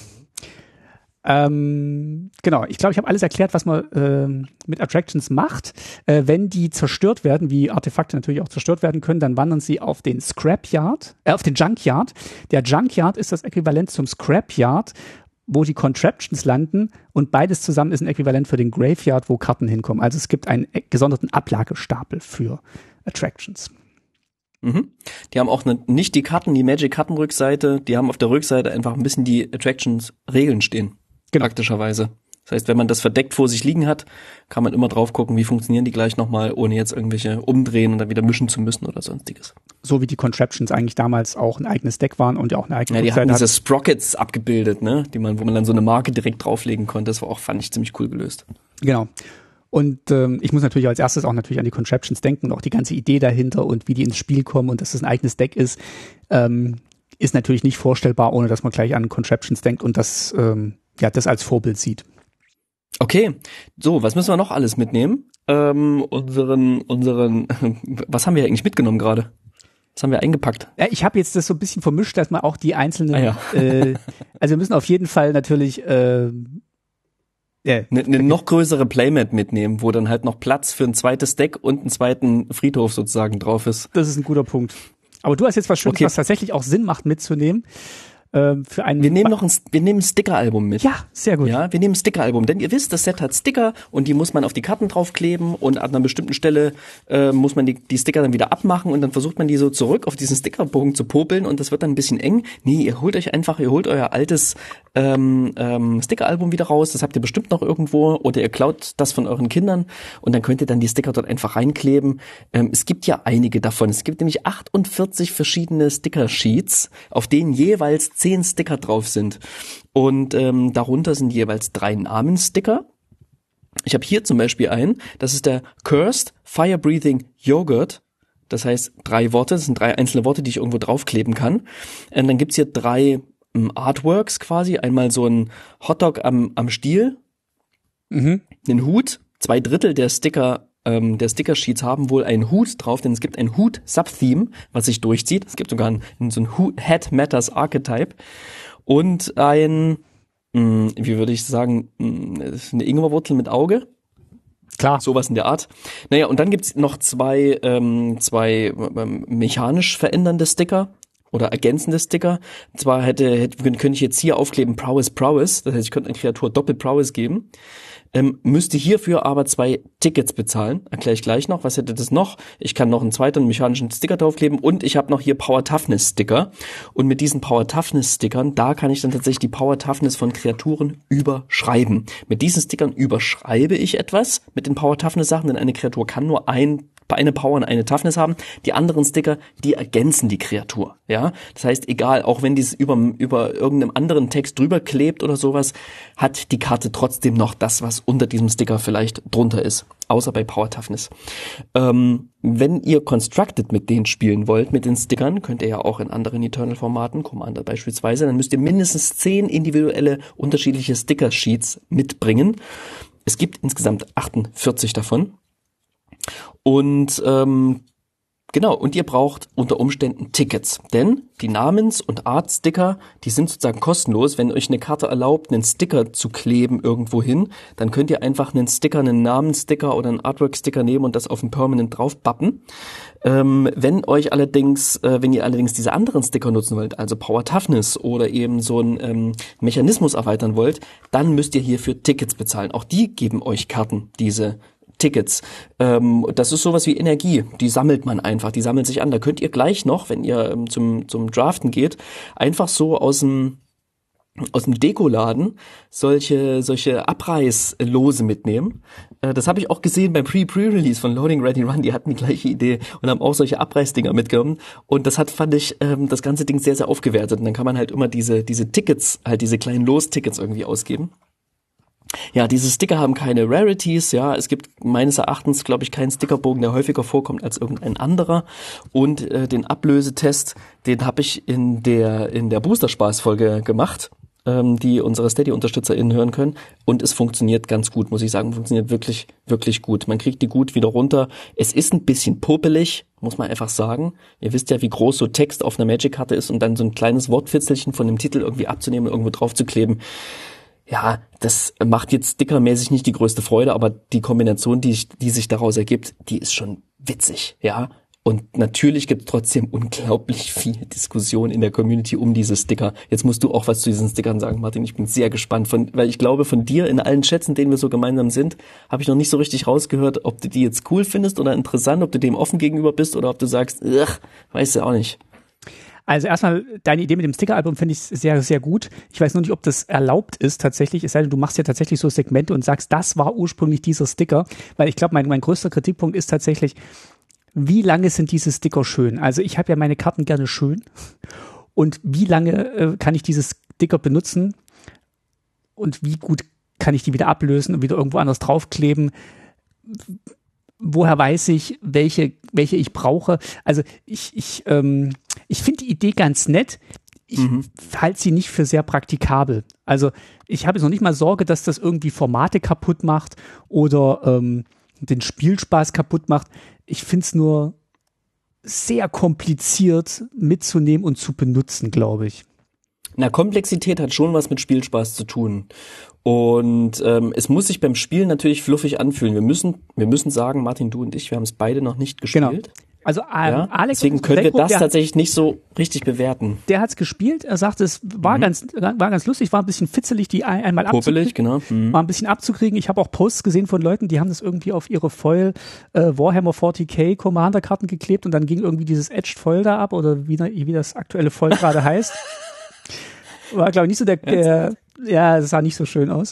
Genau, ich glaube, ich habe alles erklärt, was man mit Attractions macht. Wenn die zerstört werden, wie Artefakte natürlich auch zerstört werden können, dann wandern sie auf den auf den Junkyard. Der Junkyard ist das Äquivalent zum Scrapyard, wo die Contraptions landen, und beides zusammen ist ein Äquivalent für den Graveyard, wo Karten hinkommen. Also es gibt einen gesonderten Ablagestapel für Attractions. Mhm. Die haben auch nicht die Karten, die Magic-Kartenrückseite, die haben auf der Rückseite einfach ein bisschen die Attractions-Regeln stehen. Genau. Praktischerweise. Das heißt, wenn man das verdeckt vor sich liegen hat, kann man immer drauf gucken, wie funktionieren die gleich nochmal, ohne jetzt irgendwelche umdrehen und dann wieder mischen zu müssen oder sonstiges. So wie die Contraptions eigentlich damals auch ein eigenes Deck waren und ja auch eine eigene Rückseite hatten. Ja, die hatten diese Sprockets abgebildet, ne, wo man dann so eine Marke direkt drauflegen konnte. Das war auch, fand ich, ziemlich cool gelöst. Genau. Und ich muss natürlich als erstes auch natürlich an die Contraptions denken und auch die ganze Idee dahinter und wie die ins Spiel kommen und dass das ein eigenes Deck ist, ist natürlich nicht vorstellbar, ohne dass man gleich an Contraptions denkt und das als Vorbild sieht. Okay, so, was müssen wir noch alles mitnehmen? Was haben wir eigentlich mitgenommen gerade? Was haben wir eingepackt? Ja, ich habe jetzt das so ein bisschen vermischt, dass man auch die einzelnen, also wir müssen auf jeden Fall natürlich eine noch größere Playmat mitnehmen, wo dann halt noch Platz für ein zweites Deck und einen zweiten Friedhof sozusagen drauf ist. Das ist ein guter Punkt. Aber du hast jetzt was Schönes, was tatsächlich auch Sinn macht mitzunehmen. Wir nehmen ein Sticker-Album mit. Ja, sehr gut. Ja, wir nehmen ein Sticker-Album, denn ihr wisst, das Set hat Sticker und die muss man auf die Karten draufkleben und an einer bestimmten Stelle muss man die Sticker dann wieder abmachen und dann versucht man die so zurück auf diesen Stickerbogen zu popeln und das wird dann ein bisschen eng. Nee, ihr holt euer altes Sticker-Album wieder raus, das habt ihr bestimmt noch irgendwo oder ihr klaut das von euren Kindern und dann könnt ihr dann die Sticker dort einfach reinkleben. Es gibt ja einige davon. Es gibt nämlich 48 verschiedene Sticker-Sheets, auf denen jeweils 10 Sticker drauf sind. Und darunter sind jeweils 3 Namenssticker. Ich habe hier zum Beispiel einen, das ist der Cursed Fire Breathing Yogurt. Das heißt 3 Worte, das sind 3 einzelne Worte, die ich irgendwo draufkleben kann. Und dann gibt's hier 3 Artworks quasi. Einmal so ein Hotdog am Stiel, einen Hut, 2/3 der Sticker-Sheets haben wohl einen Hut drauf, denn es gibt ein Hut-Subtheme, was sich durchzieht. Es gibt sogar so ein Head Matters Archetype und ein, wie würde ich sagen, eine Ingwerwurzel mit Auge. Klar. Sowas in der Art. Naja, und dann gibt's noch zwei mechanisch verändernde Sticker oder ergänzende Sticker. Und zwar könnte ich jetzt hier aufkleben Prowess. Das heißt, ich könnte einer Kreatur doppelt Prowess geben. Müsste hierfür aber 2 Tickets bezahlen. Erkläre ich gleich noch. Was hätte das noch? Ich kann noch einen zweiten mechanischen Sticker draufkleben und ich habe noch hier Power Toughness Sticker. Und mit diesen Power Toughness Stickern, da kann ich dann tatsächlich die Power Toughness von Kreaturen überschreiben. Mit diesen Stickern überschreibe ich etwas mit den Power Toughness Sachen, denn eine Kreatur kann nur eine Power und eine Toughness haben. Die anderen Sticker, die ergänzen die Kreatur. Ja, das heißt, egal, auch wenn dies über irgendeinem anderen Text drüber klebt oder sowas, hat die Karte trotzdem noch das, was unter diesem Sticker vielleicht drunter ist. Außer bei Power Toughness. Wenn ihr Constructed mit denen spielen wollt, mit den Stickern, könnt ihr ja auch in anderen Eternal-Formaten, Commander beispielsweise, dann müsst ihr mindestens 10 individuelle unterschiedliche Sticker-Sheets mitbringen. Es gibt insgesamt 48 davon. Und genau, und ihr braucht unter Umständen Tickets, denn die Namens- und Art-Sticker, die sind sozusagen kostenlos. Wenn euch eine Karte erlaubt, einen Sticker zu kleben irgendwo hin, dann könnt ihr einfach einen Namenssticker oder einen Artwork-Sticker nehmen und das auf ein Permanent draufpappen. Wenn ihr allerdings diese anderen Sticker nutzen wollt, also Power Toughness oder eben so einen Mechanismus erweitern wollt, dann müsst ihr hierfür Tickets bezahlen. Auch die geben euch Karten, diese Tickets. Das ist sowas wie Energie. Die sammelt man einfach. Die sammelt sich an. Da könnt ihr gleich noch, wenn ihr zum Draften geht, einfach so aus dem Dekoladen solche Abreißlose mitnehmen. Das habe ich auch gesehen beim Pre-Release von Loading Ready Run. Die hatten die gleiche Idee und haben auch solche Abreißdinger mitgenommen. Und das fand ich, das ganze Ding sehr, sehr aufgewertet. Und dann kann man halt immer diese Tickets, halt diese kleinen Los-Tickets irgendwie ausgeben. Ja, diese Sticker haben keine Rarities, ja, es gibt meines Erachtens, glaube ich, keinen Stickerbogen, der häufiger vorkommt als irgendein anderer und den Ablösetest, den habe ich in der Booster-Spaß-Folge gemacht. die unsere Steady-UnterstützerInnen hören können. Und es funktioniert ganz gut, muss ich sagen. Funktioniert wirklich, wirklich gut. Man kriegt die gut wieder runter. Es ist ein bisschen popelig, muss man einfach sagen. Ihr wisst ja, wie groß so Text auf einer Magic-Karte ist und dann so ein kleines Wortfitzelchen von dem Titel irgendwie abzunehmen und irgendwo drauf zu kleben. Ja, das macht jetzt stickermäßig nicht die größte Freude, aber die Kombination, die sich daraus ergibt, die ist schon witzig, ja. Und natürlich gibt es trotzdem unglaublich viel Diskussion in der Community um diese Sticker. Jetzt musst du auch was zu diesen Stickern sagen, Martin. Ich bin sehr gespannt, weil ich glaube, von dir in allen Chats, in denen wir so gemeinsam sind, habe ich noch nicht so richtig rausgehört, ob du die jetzt cool findest oder interessant, ob du dem offen gegenüber bist oder ob du sagst, weißt du auch nicht. Also erstmal, deine Idee mit dem Sticker-Album finde ich sehr, sehr gut. Ich weiß nur nicht, ob das erlaubt ist tatsächlich, es sei denn, du machst ja tatsächlich so Segmente und sagst, das war ursprünglich dieser Sticker, weil ich glaube, mein größter Kritikpunkt ist tatsächlich, wie lange sind diese Sticker schön? Also ich habe ja meine Karten gerne schön und wie lange kann ich diese Sticker benutzen und wie gut kann ich die wieder ablösen und wieder irgendwo anders draufkleben? Woher weiß ich, welche ich brauche? Also ich finde die Idee ganz nett. Ich halte sie nicht für sehr praktikabel. Also ich habe jetzt noch nicht mal Sorge, dass das irgendwie Formate kaputt macht oder den Spielspaß kaputt macht. Ich finde es nur sehr kompliziert mitzunehmen und zu benutzen, glaube ich. Na, Komplexität hat schon was mit Spielspaß zu tun. Und es muss sich beim Spielen natürlich fluffig anfühlen. Wir müssen sagen, Martin, du und ich, wir haben es beide noch nicht gespielt. Genau. Also Alex, deswegen können wir das tatsächlich nicht so richtig bewerten. Der hat's gespielt, er sagt, es war ganz lustig, war ein bisschen fitzelig, die einmal popelig, genau. War ein bisschen abzukriegen. Ich habe auch Posts gesehen von Leuten, die haben das irgendwie auf ihre Foil Warhammer 40k Commander-Karten geklebt und dann ging irgendwie dieses Edged Foil da ab oder wie das aktuelle Foil gerade heißt. War, glaube ich, nicht so ja, das sah nicht so schön aus.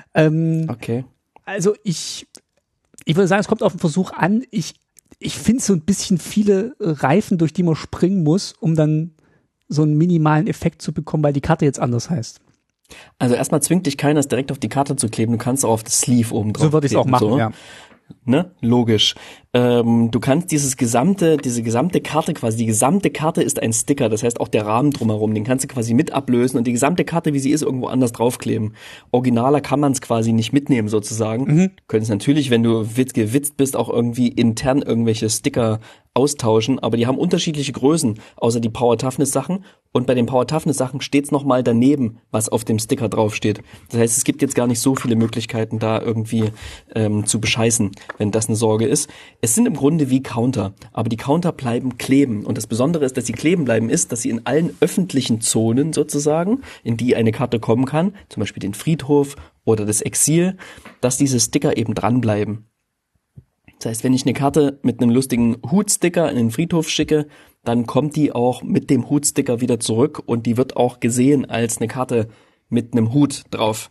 Okay. Also ich würde sagen, es kommt auf den Versuch an. Ich finde so ein bisschen viele Reifen, durch die man springen muss, um dann so einen minimalen Effekt zu bekommen, weil die Karte jetzt anders heißt. Also erstmal zwingt dich keiner, es direkt auf die Karte zu kleben. Du kannst auch auf das Sleeve oben drauf So würde ich es auch machen, ja. Ne? Logisch. Du kannst diese gesamte Karte quasi, die gesamte Karte ist ein Sticker, das heißt auch der Rahmen drumherum, den kannst du quasi mit ablösen und die gesamte Karte, wie sie ist, irgendwo anders draufkleben. Originaler kann man es quasi nicht mitnehmen sozusagen. Du könntest natürlich, wenn du gewitzt bist, auch irgendwie intern irgendwelche Sticker austauschen, aber die haben unterschiedliche Größen, außer die Power-Toughness-Sachen. Und bei den Power-Toughness-Sachen steht's nochmal daneben, was auf dem Sticker draufsteht. Das heißt, es gibt jetzt gar nicht so viele Möglichkeiten, da irgendwie zu bescheißen, wenn das eine Sorge ist. Es sind im Grunde wie Counter, aber die Counter bleiben kleben. Und das Besondere ist, dass sie kleben bleiben, ist, dass sie in allen öffentlichen Zonen sozusagen, in die eine Karte kommen kann, zum Beispiel den Friedhof oder das Exil, dass diese Sticker eben dranbleiben. Das heißt, wenn ich eine Karte mit einem lustigen Hutsticker in den Friedhof schicke, dann kommt die auch mit dem Hutsticker wieder zurück und die wird auch gesehen als eine Karte mit einem Hut drauf.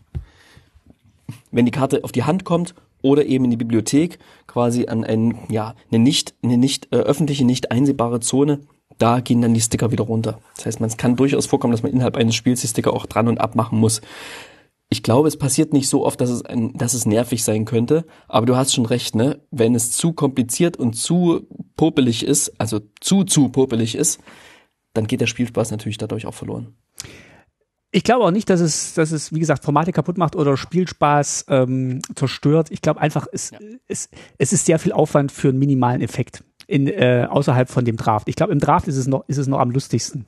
Wenn die Karte auf die Hand kommt oder eben in die Bibliothek, quasi an eine nicht öffentliche, nicht einsehbare Zone, da gehen dann die Sticker wieder runter. Das heißt, man kann durchaus vorkommen, dass man innerhalb eines Spiels die Sticker auch dran und abmachen muss. Ich glaube, es passiert nicht so oft, dass es nervig sein könnte, aber du hast schon recht, ne? Wenn es zu kompliziert und zu popelig ist, also zu popelig ist, dann geht der Spielspaß natürlich dadurch auch verloren. Ich glaube auch nicht, dass es, wie gesagt, Formate kaputt macht oder Spielspaß zerstört. Ich glaube einfach, es ist sehr viel Aufwand für einen minimalen Effekt außerhalb von dem Draft. Ich glaube, im Draft ist es noch am lustigsten.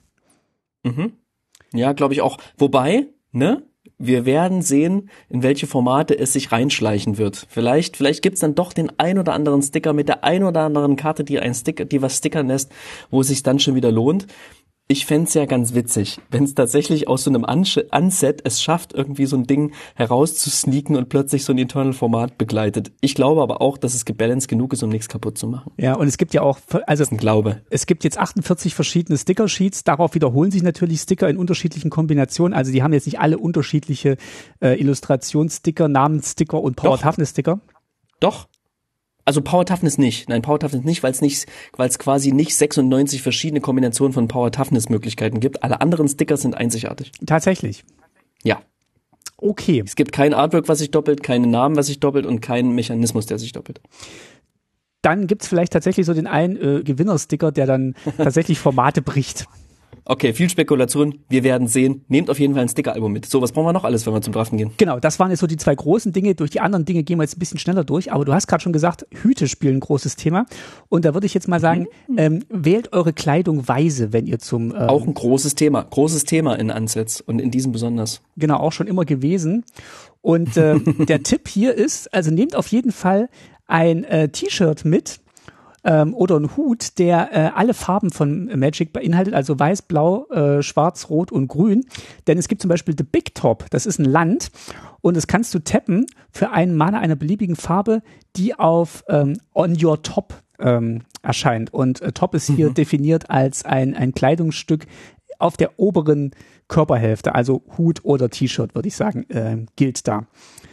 Ja, glaube ich auch. Wobei, ne? Wir werden sehen, in welche Formate es sich reinschleichen wird. Vielleicht gibt's dann doch den ein oder anderen Sticker mit der ein oder anderen Karte, die was stickern lässt, wo es sich dann schon wieder lohnt. Ich fänd's ja ganz witzig, wenn es tatsächlich aus so einem Unset es schafft, irgendwie so ein Ding herauszusneaken und plötzlich so ein Eternal-Format begleitet. Ich glaube aber auch, dass es gebalanced genug ist, um nichts kaputt zu machen. Ja, und es gibt ja auch, also das ist ein Glaube. Es gibt jetzt 48 verschiedene Sticker-Sheets, darauf wiederholen sich natürlich Sticker in unterschiedlichen Kombinationen, also die haben jetzt nicht alle unterschiedliche Illustrationssticker, Namenssticker und Power-Toughness-Sticker. Doch. Also Power Toughness nicht. Nein, Power Toughness nicht, weil es quasi nicht 96 verschiedene Kombinationen von Power Toughness Möglichkeiten gibt. Alle anderen Sticker sind einzigartig. Tatsächlich. Ja. Okay. Es gibt kein Artwork, was sich doppelt, keinen Namen, was sich doppelt und keinen Mechanismus, der sich doppelt. Dann gibt's vielleicht tatsächlich so den einen Gewinnersticker, der dann tatsächlich Formate bricht. Okay, viel Spekulation. Wir werden sehen. Nehmt auf jeden Fall ein Sticker-Album mit. So, was brauchen wir noch alles, wenn wir zum Draften gehen? Genau, das waren jetzt so die zwei großen Dinge. Durch die anderen Dinge gehen wir jetzt ein bisschen schneller durch. Aber du hast gerade schon gesagt, Hüte spielen ein großes Thema. Und da würde ich jetzt mal sagen, wählt eure Kleidung weise, wenn ihr zum... auch ein großes Thema. Großes Thema in Ansatz und in diesem besonders. Genau, auch schon immer gewesen. Und der Tipp hier ist, also nehmt auf jeden Fall ein T-Shirt mit, oder ein Hut, der alle Farben von Magic beinhaltet, also weiß, blau, schwarz, rot und grün. Denn es gibt zum Beispiel The Big Top, das ist ein Land und das kannst du tappen für einen Mana einer beliebigen Farbe, die auf On Your Top erscheint. Und Top ist hier definiert als ein Kleidungsstück auf der oberen Körperhälfte, also Hut oder T-Shirt, würde ich sagen, gilt da.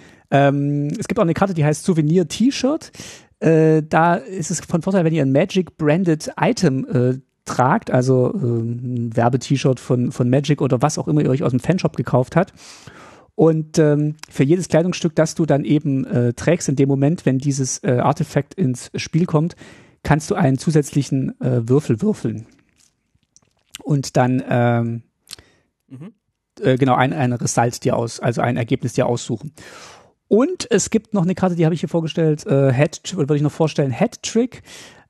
Es gibt auch eine Karte, die heißt Souvenir T-Shirt. Da ist es von Vorteil, wenn ihr ein Magic-branded Item tragt, also ein Werbe-T-Shirt von Magic oder was auch immer ihr euch aus dem Fanshop gekauft habt. Und für jedes Kleidungsstück, das du dann eben trägst, in dem Moment, wenn dieses Artefakt ins Spiel kommt, kannst du einen zusätzlichen Würfel würfeln. Und dann genau ein Result dir also ein Ergebnis dir aussuchen. Und es gibt noch eine Karte, die habe ich hier vorgestellt, würde ich noch vorstellen, Hat-Trick.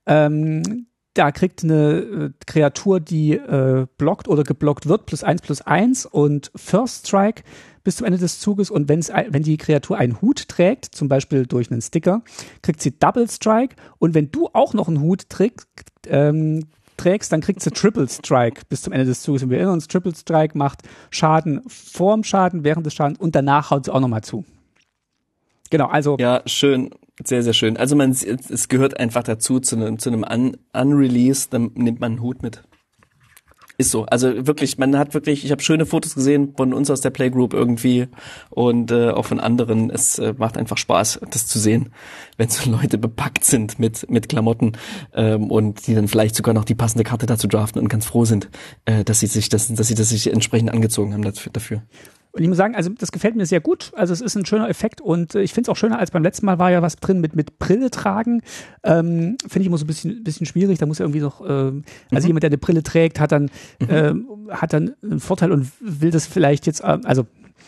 Da kriegt eine Kreatur, die blockt oder geblockt wird, +1/+1 und First Strike bis zum Ende des Zuges. Und wenn die Kreatur einen Hut trägt, zum Beispiel durch einen Sticker, kriegt sie Double Strike. Und wenn du auch noch einen Hut trägst, dann kriegt sie Triple Strike bis zum Ende des Zuges. Und wir erinnern uns, Triple Strike macht Schaden vorm Schaden, während des Schadens und danach haut sie auch nochmal zu. Genau, also. Ja, schön, sehr, sehr schön. Also es gehört einfach dazu, zu einem Unrelease, dann nimmt man einen Hut mit. Ist so. Also wirklich, ich habe schöne Fotos gesehen von uns aus der Playgroup irgendwie und auch von anderen. Es macht einfach Spaß, das zu sehen, wenn so Leute bepackt sind mit Klamotten und die dann vielleicht sogar noch die passende Karte dazu draften und ganz froh sind, dass sie sich entsprechend angezogen haben dafür. Und ich muss sagen, also das gefällt mir sehr gut. Also es ist ein schöner Effekt und ich finde es auch schöner als beim letzten Mal war ja was drin mit Brille tragen. Finde ich immer so ein bisschen schwierig. Da muss ja irgendwie noch, also jemand, der eine Brille trägt, hat dann einen Vorteil und will das vielleicht jetzt, also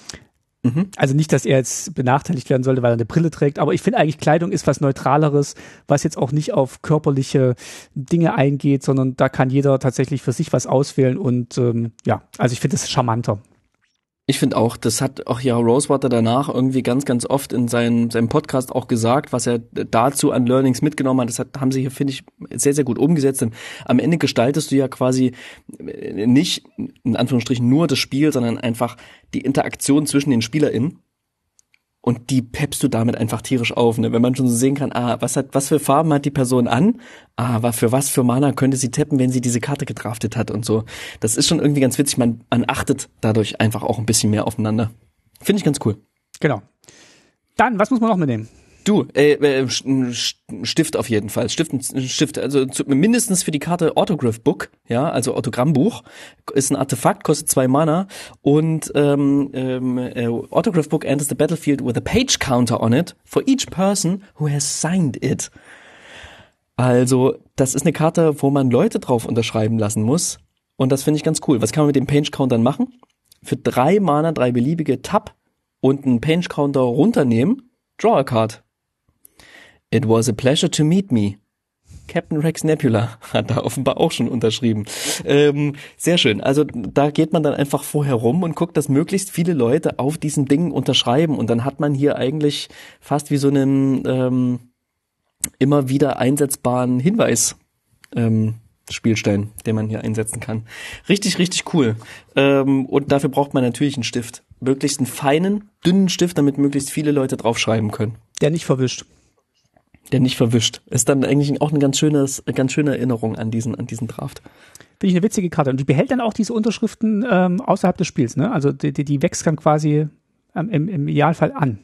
nicht, dass er jetzt benachteiligt werden sollte, weil er eine Brille trägt, aber ich finde eigentlich Kleidung ist was Neutraleres, was jetzt auch nicht auf körperliche Dinge eingeht, sondern da kann jeder tatsächlich für sich was auswählen und also ich finde das charmanter. Ich finde auch, das hat auch ja Rosewater danach irgendwie ganz, ganz oft in seinem Podcast auch gesagt, was er dazu an Learnings mitgenommen hat. Haben sie hier, finde ich, sehr, sehr gut umgesetzt. Denn am Ende gestaltest du ja quasi nicht, in Anführungsstrichen, nur das Spiel, sondern einfach die Interaktion zwischen den SpielerInnen. Und die peppst du damit einfach tierisch auf, ne? Wenn man schon so sehen kann, was für Farben hat die Person an? Für was für Mana könnte sie tappen, wenn sie diese Karte gedraftet hat und so. Das ist schon irgendwie ganz witzig. Man achtet dadurch einfach auch ein bisschen mehr aufeinander. Finde ich ganz cool. Genau. Dann, was muss man noch mitnehmen? Du, Stift auf jeden Fall. Stift, also mindestens für die Karte Autograph Book, ja, also Autogrammbuch, ist ein Artefakt, kostet 2 Mana und Autograph Book enters the battlefield with a page counter on it for each person who has signed it. Also, das ist eine Karte, wo man Leute drauf unterschreiben lassen muss und das finde ich ganz cool. Was kann man mit den Page Countern machen? Für 3 Mana 3 beliebige Tab und einen Page Counter runternehmen, draw a card. It was a pleasure to meet me. Captain Rex Nebula hat da offenbar auch schon unterschrieben. Sehr schön. Also da geht man dann einfach vorher rum und guckt, dass möglichst viele Leute auf diesen Dingen unterschreiben. Und dann hat man hier eigentlich fast wie so einen immer wieder einsetzbaren Hinweis Spielstein, den man hier einsetzen kann. Richtig, richtig cool. Und dafür braucht man natürlich einen Stift. Möglichst einen feinen, dünnen Stift, damit möglichst viele Leute draufschreiben können. Der nicht verwischt. Ist dann eigentlich auch eine ganz schöne Erinnerung an diesen Draft. Finde ich eine witzige Karte. Und die behält dann auch diese Unterschriften außerhalb des Spiels, ne? Also die wächst dann quasi im Idealfall an.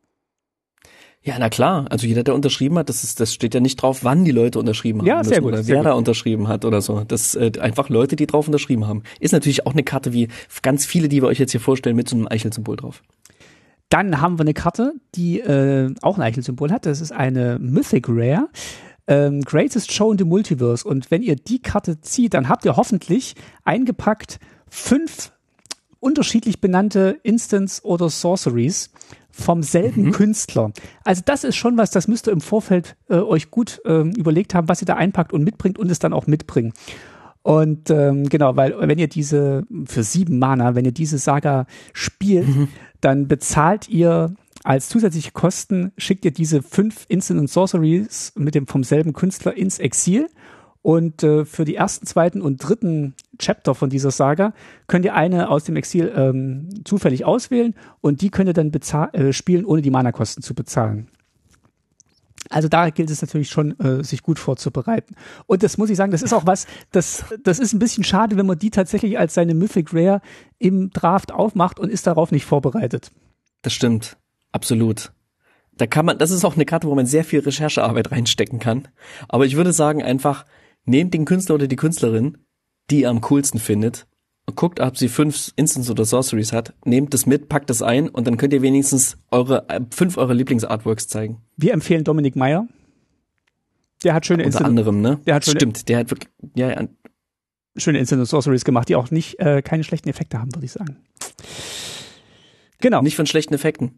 Ja, na klar. Also jeder, der unterschrieben hat, das steht ja nicht drauf, wann die Leute unterschrieben haben. Ja, sehr gut. Oder wer da unterschrieben hat oder so. Das einfach Leute, die drauf unterschrieben haben. Ist natürlich auch eine Karte wie ganz viele, die wir euch jetzt hier vorstellen, mit so einem Eichelsymbol drauf. Dann haben wir eine Karte, die auch ein Eichelsymbol hat. Das ist eine Mythic Rare. Greatest Show in the Multiverse. Und wenn ihr die Karte zieht, dann habt ihr hoffentlich eingepackt 5 unterschiedlich benannte Instants oder Sorceries vom selben Künstler. Also das ist schon was, das müsst ihr im Vorfeld euch gut überlegt haben, was ihr da einpackt und mitbringt und es dann auch mitbringen. Und genau, weil wenn ihr diese, für 7 Mana, wenn ihr diese Saga spielt, dann bezahlt ihr als zusätzliche Kosten, schickt ihr diese 5 Instant und Sorceries vom selben Künstler ins Exil. Und für die ersten, zweiten und dritten Chapter von dieser Saga könnt ihr eine aus dem Exil zufällig auswählen und die könnt ihr dann spielen, ohne die Mana-Kosten zu bezahlen. Also da gilt es natürlich schon, sich gut vorzubereiten. Und das muss ich sagen, das ist auch was, das ist ein bisschen schade, wenn man die tatsächlich als seine Mythic Rare im Draft aufmacht und ist darauf nicht vorbereitet. Das stimmt, absolut. Das ist auch eine Karte, wo man sehr viel Recherchearbeit reinstecken kann. Aber ich würde sagen einfach, nehmt den Künstler oder die Künstlerin, die ihr am coolsten findet, und guckt, ob sie 5 Instants oder Sorceries hat, nehmt das mit, packt das ein und dann könnt ihr wenigstens 5 eurer Lieblingsartworks zeigen. Wir empfehlen Dominik Meyer. Der hat schöne Unter anderem, ne? Der hat der hat wirklich, schöne Instant und Sorceries gemacht, die auch nicht keine schlechten Effekte haben, würde ich sagen. Genau. Nicht von schlechten Effekten.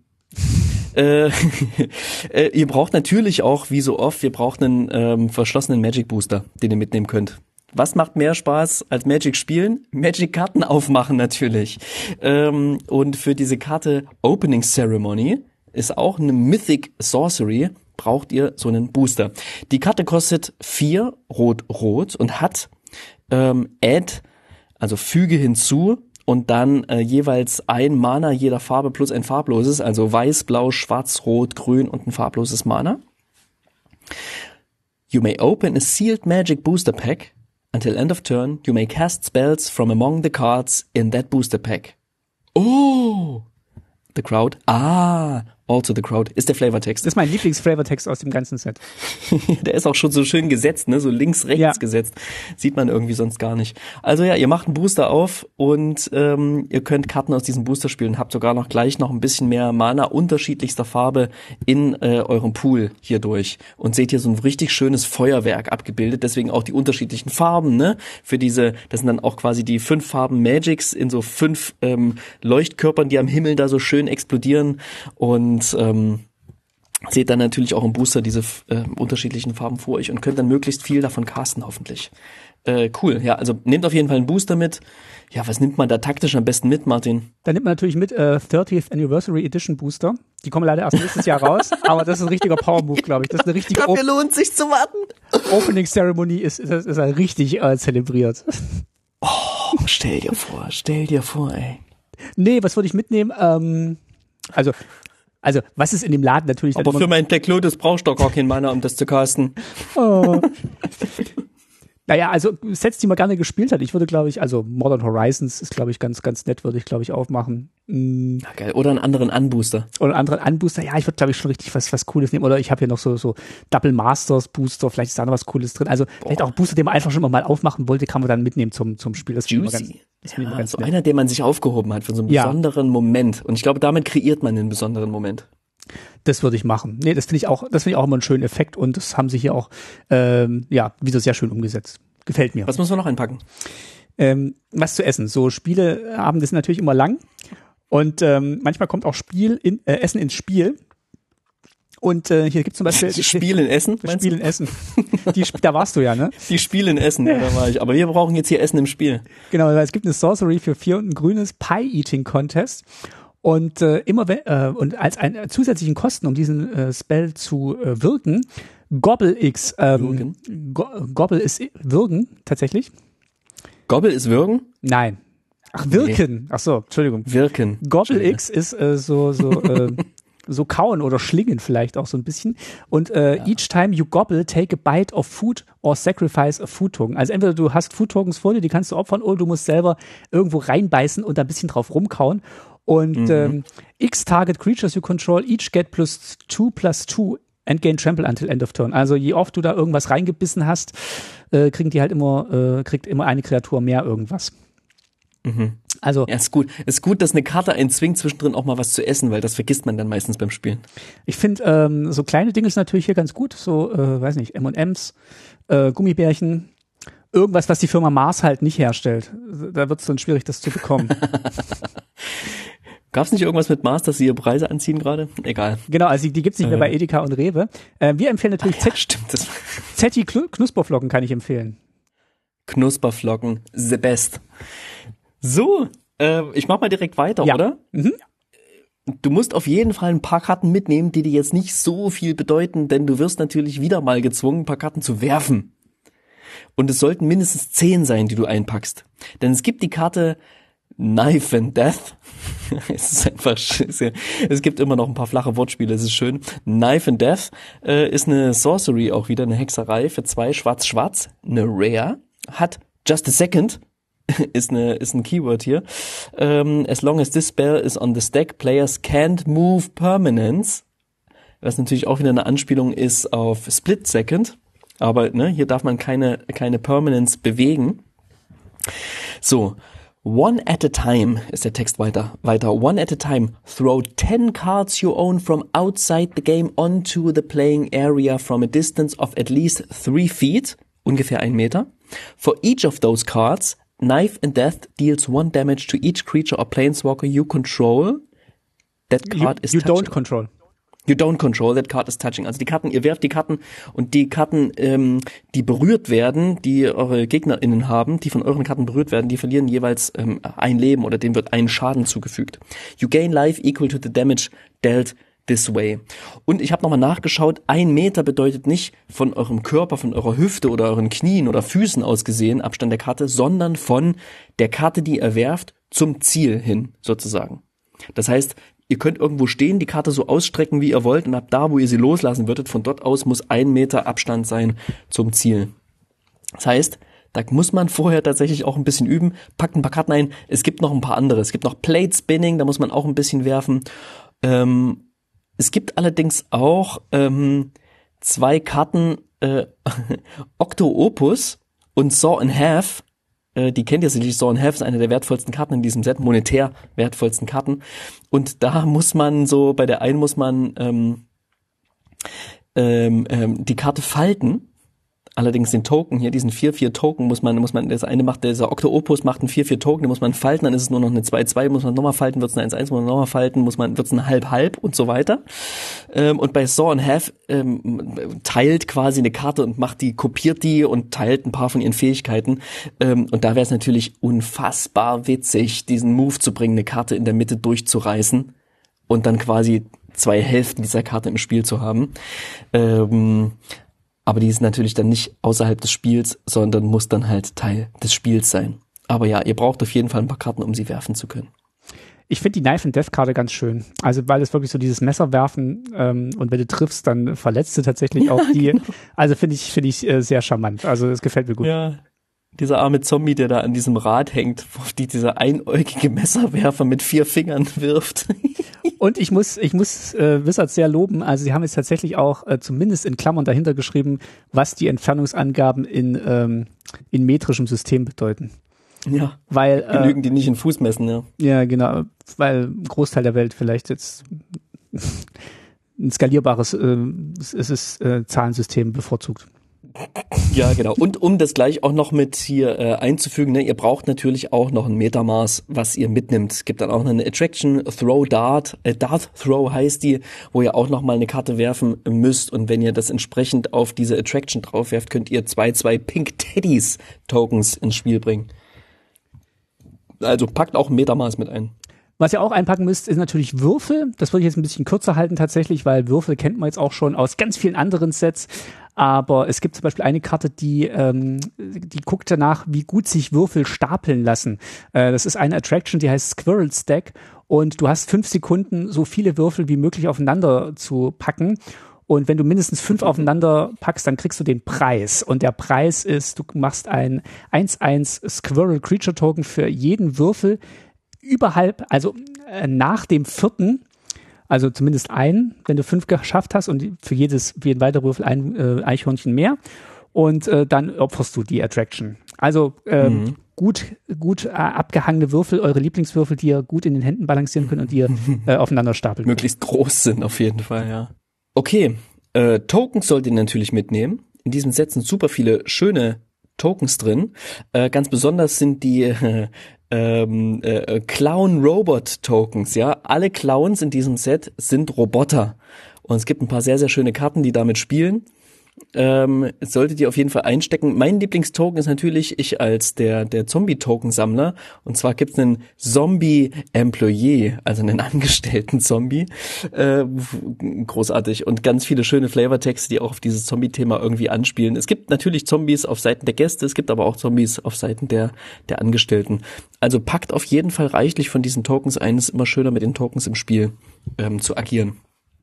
Ihr braucht natürlich auch, wie so oft, ihr braucht einen verschlossenen Magic Booster, den ihr mitnehmen könnt. Was macht mehr Spaß als Magic spielen? Magic-Karten aufmachen natürlich. Und für diese Karte Opening Ceremony ist auch eine Mythic Sorcery, braucht ihr so einen Booster. Die Karte kostet 4 Rot-Rot und hat Add, also füge hinzu, und dann jeweils ein Mana jeder Farbe plus ein farbloses, also weiß, blau, schwarz, rot, grün und ein farbloses Mana. You may open a sealed magic booster pack. Until end of turn, you may cast spells from among the cards in that booster pack. Oh! The Crowd. Also the Crowd ist der Flavortext. Das ist mein Lieblingsflavortext aus dem ganzen Set. Der ist auch schon so schön gesetzt, ne, so links-rechts gesetzt. Sieht man irgendwie sonst gar nicht. Also ja, ihr macht einen Booster auf und ihr könnt Karten aus diesem Booster spielen. Habt sogar noch gleich noch ein bisschen mehr Mana unterschiedlichster Farbe in eurem Pool hierdurch. Und seht hier so ein richtig schönes Feuerwerk abgebildet. Deswegen auch die unterschiedlichen Farben, ne? Das sind dann auch quasi die 5 Farben Magics in so 5 Leuchtkörpern, die am Himmel da so schön explodieren. Und seht dann natürlich auch im Booster diese unterschiedlichen Farben vor euch und könnt dann möglichst viel davon casten, hoffentlich. Cool, ja, also nehmt auf jeden Fall einen Booster mit. Ja, was nimmt man da taktisch am besten mit, Martin? Da nimmt man natürlich mit 30th Anniversary Edition Booster. Die kommen leider erst nächstes Jahr raus, aber das ist ein richtiger Power-Move, glaube ich. Das ist eine richtige Dafür lohnt sich zu warten. Opening Ceremony ist richtig zelebriert. Oh, stell dir vor, ey. Nee, was würde ich mitnehmen? Also, was ist in dem Laden natürlich... Aber für meinen Black Lotus brauchst du doch gar keinen Mana, um das zu casten. Oh. Naja, also Sets, die man gerne gespielt hat. Ich würde, glaube ich, also Modern Horizons ist, glaube ich, ganz, ganz nett, würde ich, glaube ich, aufmachen. Na, geil. Oder einen anderen Unbooster. Ja, ich würde, glaube ich, schon richtig was Cooles nehmen. Oder ich habe hier noch so Double Masters Booster, vielleicht ist da noch was Cooles drin. Also vielleicht auch Booster, den man einfach schon mal aufmachen wollte, kann man dann mitnehmen zum Spiel. Das Juicy. So einer, den man sich aufgehoben hat für so einen besonderen Moment. Und ich glaube, damit kreiert man einen besonderen Moment. Das würde ich machen. Nee, das finde ich auch immer einen schönen Effekt und das haben sie hier auch, wieder sehr schön umgesetzt. Gefällt mir. Was muss man noch einpacken? Was zu essen. So Spieleabende sind natürlich immer lang und manchmal kommt auch Essen ins Spiel. Und hier gibt's zum Beispiel Spiel in Essen. Da warst du ja, ne? Die Spiele in Essen, ja, da war ich. Aber wir brauchen jetzt hier Essen im Spiel. Genau, weil es gibt eine Sorcery für 4 und ein grünes Pie-Eating-Contest. Und und als einen zusätzlichen Kosten, um diesen Spell zu wirken, Gobble X. Gobble ist Würgen, tatsächlich. Gobble ist Würgen? Nein. Ach, Wirken. Nee. Ach so, Entschuldigung. Wirken. Gobble X ist so kauen oder schlingen vielleicht auch so ein bisschen. Und each time you gobble, take a bite of food or sacrifice a food token. Also entweder du hast Food Tokens vor dir, die kannst du opfern, oder du musst selber irgendwo reinbeißen und da ein bisschen drauf rumkauen. Und X target creatures you control each get +2/+2 and gain trample until end of turn. Also je oft du da irgendwas reingebissen hast, kriegt immer eine Kreatur mehr irgendwas. Also ja, ist gut. Ist gut, dass eine Karte einen zwingt, zwischendrin auch mal was zu essen, weil das vergisst man dann meistens beim Spielen. ich finde, so kleine Dinge ist natürlich hier ganz gut. So, weiß nicht, M&M's, Gummibärchen, irgendwas, was die Firma Mars halt nicht herstellt. Da wird es dann schwierig, das zu bekommen. Gab's nicht irgendwas mit Mars, dass sie ihre Preise anziehen gerade? Egal. Genau, also die gibt's nicht mehr bei Edeka und Rewe. Wir empfehlen natürlich Zetti Knusperflocken kann ich empfehlen. Knusperflocken, the best. So, ich mach mal direkt weiter, ja. Oder? Mhm. Du musst auf jeden Fall ein paar Karten mitnehmen, die dir jetzt nicht so viel bedeuten, denn du wirst natürlich wieder mal gezwungen, ein paar Karten zu werfen. Und es sollten mindestens 10 sein, die du einpackst. Denn es gibt die Karte Knife and Death. Es ist einfach scheiße. Es gibt immer noch ein paar flache Wortspiele, es ist schön. Knife and Death ist eine Sorcery, auch wieder eine Hexerei für 2 schwarz-schwarz, eine Rare, hat Just a Second, ist ein Keyword hier. As long as this spell is on the stack, players can't move permanents. Was natürlich auch wieder eine Anspielung ist auf Split Second. Aber ne, hier darf man keine Permanents bewegen. So, one at a time ist der Text weiter. One at a time, throw 10 cards you own from outside the game onto the playing area from a distance of at least 3 feet, ungefähr 1 Meter. For each of those cards, Knife and Death deals 1 damage to each creature or planeswalker you control. That card is touching. You don't control. You don't control, that card is touching. Also die Karten, ihr werft die Karten und die Karten, die berührt werden, die eure GegnerInnen haben, die von euren Karten berührt werden, die verlieren jeweils 1 Leben oder denen wird ein Schaden zugefügt. You gain life equal to the damage dealt this way. Und ich habe nochmal nachgeschaut, 1 Meter bedeutet nicht von eurem Körper, von eurer Hüfte oder euren Knien oder Füßen aus gesehen, Abstand der Karte, sondern von der Karte, die ihr werft, zum Ziel hin, sozusagen. Das heißt, ihr könnt irgendwo stehen, die Karte so ausstrecken, wie ihr wollt, und ab da, wo ihr sie loslassen würdet, von dort aus muss 1 Meter Abstand sein zum Ziel. Das heißt, da muss man vorher tatsächlich auch ein bisschen üben, packt ein paar Karten ein. Es gibt noch ein paar andere. Es gibt noch Plate Spinning, da muss man auch ein bisschen werfen. Es gibt allerdings auch 2 Karten, Octo Opus und Saw in Half. Die kennt ihr sicherlich, Saw in Half ist eine der wertvollsten Karten in diesem Set, monetär wertvollsten Karten. Und da muss man so, bei der einen muss man die Karte falten. Allerdings den Token hier, diesen 4/4 Token muss man, das eine macht, dieser Octo Opus macht einen 4/4 Token, den muss man falten, dann ist es nur noch eine 2/2, muss man nochmal falten, wird es eine 1/1, muss man nochmal falten, wird es eine 50/50 und so weiter. Und bei Saw in Half teilt quasi eine Karte und kopiert die und teilt ein paar von ihren Fähigkeiten. Und da wäre es natürlich unfassbar witzig, diesen Move zu bringen, eine Karte in der Mitte durchzureißen und dann quasi 2 Hälften dieser Karte im Spiel zu haben. Aber die ist natürlich dann nicht außerhalb des Spiels, sondern muss dann halt Teil des Spiels sein. Aber ja, ihr braucht auf jeden Fall ein paar Karten, um sie werfen zu können. Ich finde die Knife and Death Karte ganz schön. Also weil es wirklich so dieses Messerwerfen und wenn du triffst, dann verletzt du tatsächlich auch die. Genau. Also finde ich sehr charmant. Also es gefällt mir gut. Ja, dieser arme Zombie, der da an diesem Rad hängt, auf dieser einäugige Messerwerfer mit 4 Fingern wirft. Und ich muss Wizards sehr loben. Also sie haben jetzt tatsächlich auch zumindest in Klammern dahinter geschrieben, was die Entfernungsangaben in metrischem System bedeuten. Ja, weil genügen die nicht in Fuß messen, ja. Ja, genau, weil ein Großteil der Welt vielleicht jetzt ein skalierbares Zahlensystem bevorzugt. Ja, genau. Und um das gleich auch noch mit hier einzufügen, ne, ihr braucht natürlich auch noch ein Metermaß, was ihr mitnimmt. Es gibt dann auch eine Attraction Throw Dart, Dart Throw heißt die, wo ihr auch noch mal eine Karte werfen müsst. Und wenn ihr das entsprechend auf diese Attraction drauf werft, könnt ihr 2 Pink Teddies Tokens ins Spiel bringen. Also packt auch ein Metermaß mit ein. Was ihr auch einpacken müsst, ist natürlich Würfel. Das würde ich jetzt ein bisschen kürzer halten tatsächlich, weil Würfel kennt man jetzt auch schon aus ganz vielen anderen Sets. Aber es gibt zum Beispiel eine Karte, die guckt danach, wie gut sich Würfel stapeln lassen. Das ist eine Attraction, die heißt Squirrel Stack. Und du hast 5 Sekunden, so viele Würfel wie möglich aufeinander zu packen. Und wenn du mindestens 5 aufeinander packst, dann kriegst du den Preis. Und der Preis ist, du machst ein 1/1 Squirrel Creature Token für jeden Würfel also nach dem 4., also zumindest einen, wenn du 5 geschafft hast und für jeden weiteren Würfel ein Eichhörnchen mehr. Und dann opferst du die Attraction. Also gut abgehangene Würfel, eure Lieblingswürfel, die ihr gut in den Händen balancieren könnt und die ihr aufeinander stapeln könnt. Möglichst groß sind auf jeden Fall, ja. Okay, Tokens sollt ihr natürlich mitnehmen. In diesem Set sind super viele schöne Tokens drin. Ganz besonders sind die Clown-Robot-Tokens, ja. Alle Clowns in diesem Set sind Roboter. Und es gibt ein paar sehr, sehr schöne Karten, die damit spielen. Solltet ihr auf jeden Fall einstecken. Mein Lieblingstoken ist natürlich ich als der Zombie-Token-Sammler. Und zwar gibt's einen Zombie-Employee, also einen angestellten Zombie. Großartig. Und ganz viele schöne Flavortexte, die auch auf dieses Zombie-Thema irgendwie anspielen. Es gibt natürlich Zombies auf Seiten der Gäste, es gibt aber auch Zombies auf Seiten der Angestellten. Also packt auf jeden Fall reichlich von diesen Tokens ein. Es ist immer schöner, mit den Tokens im Spiel zu agieren.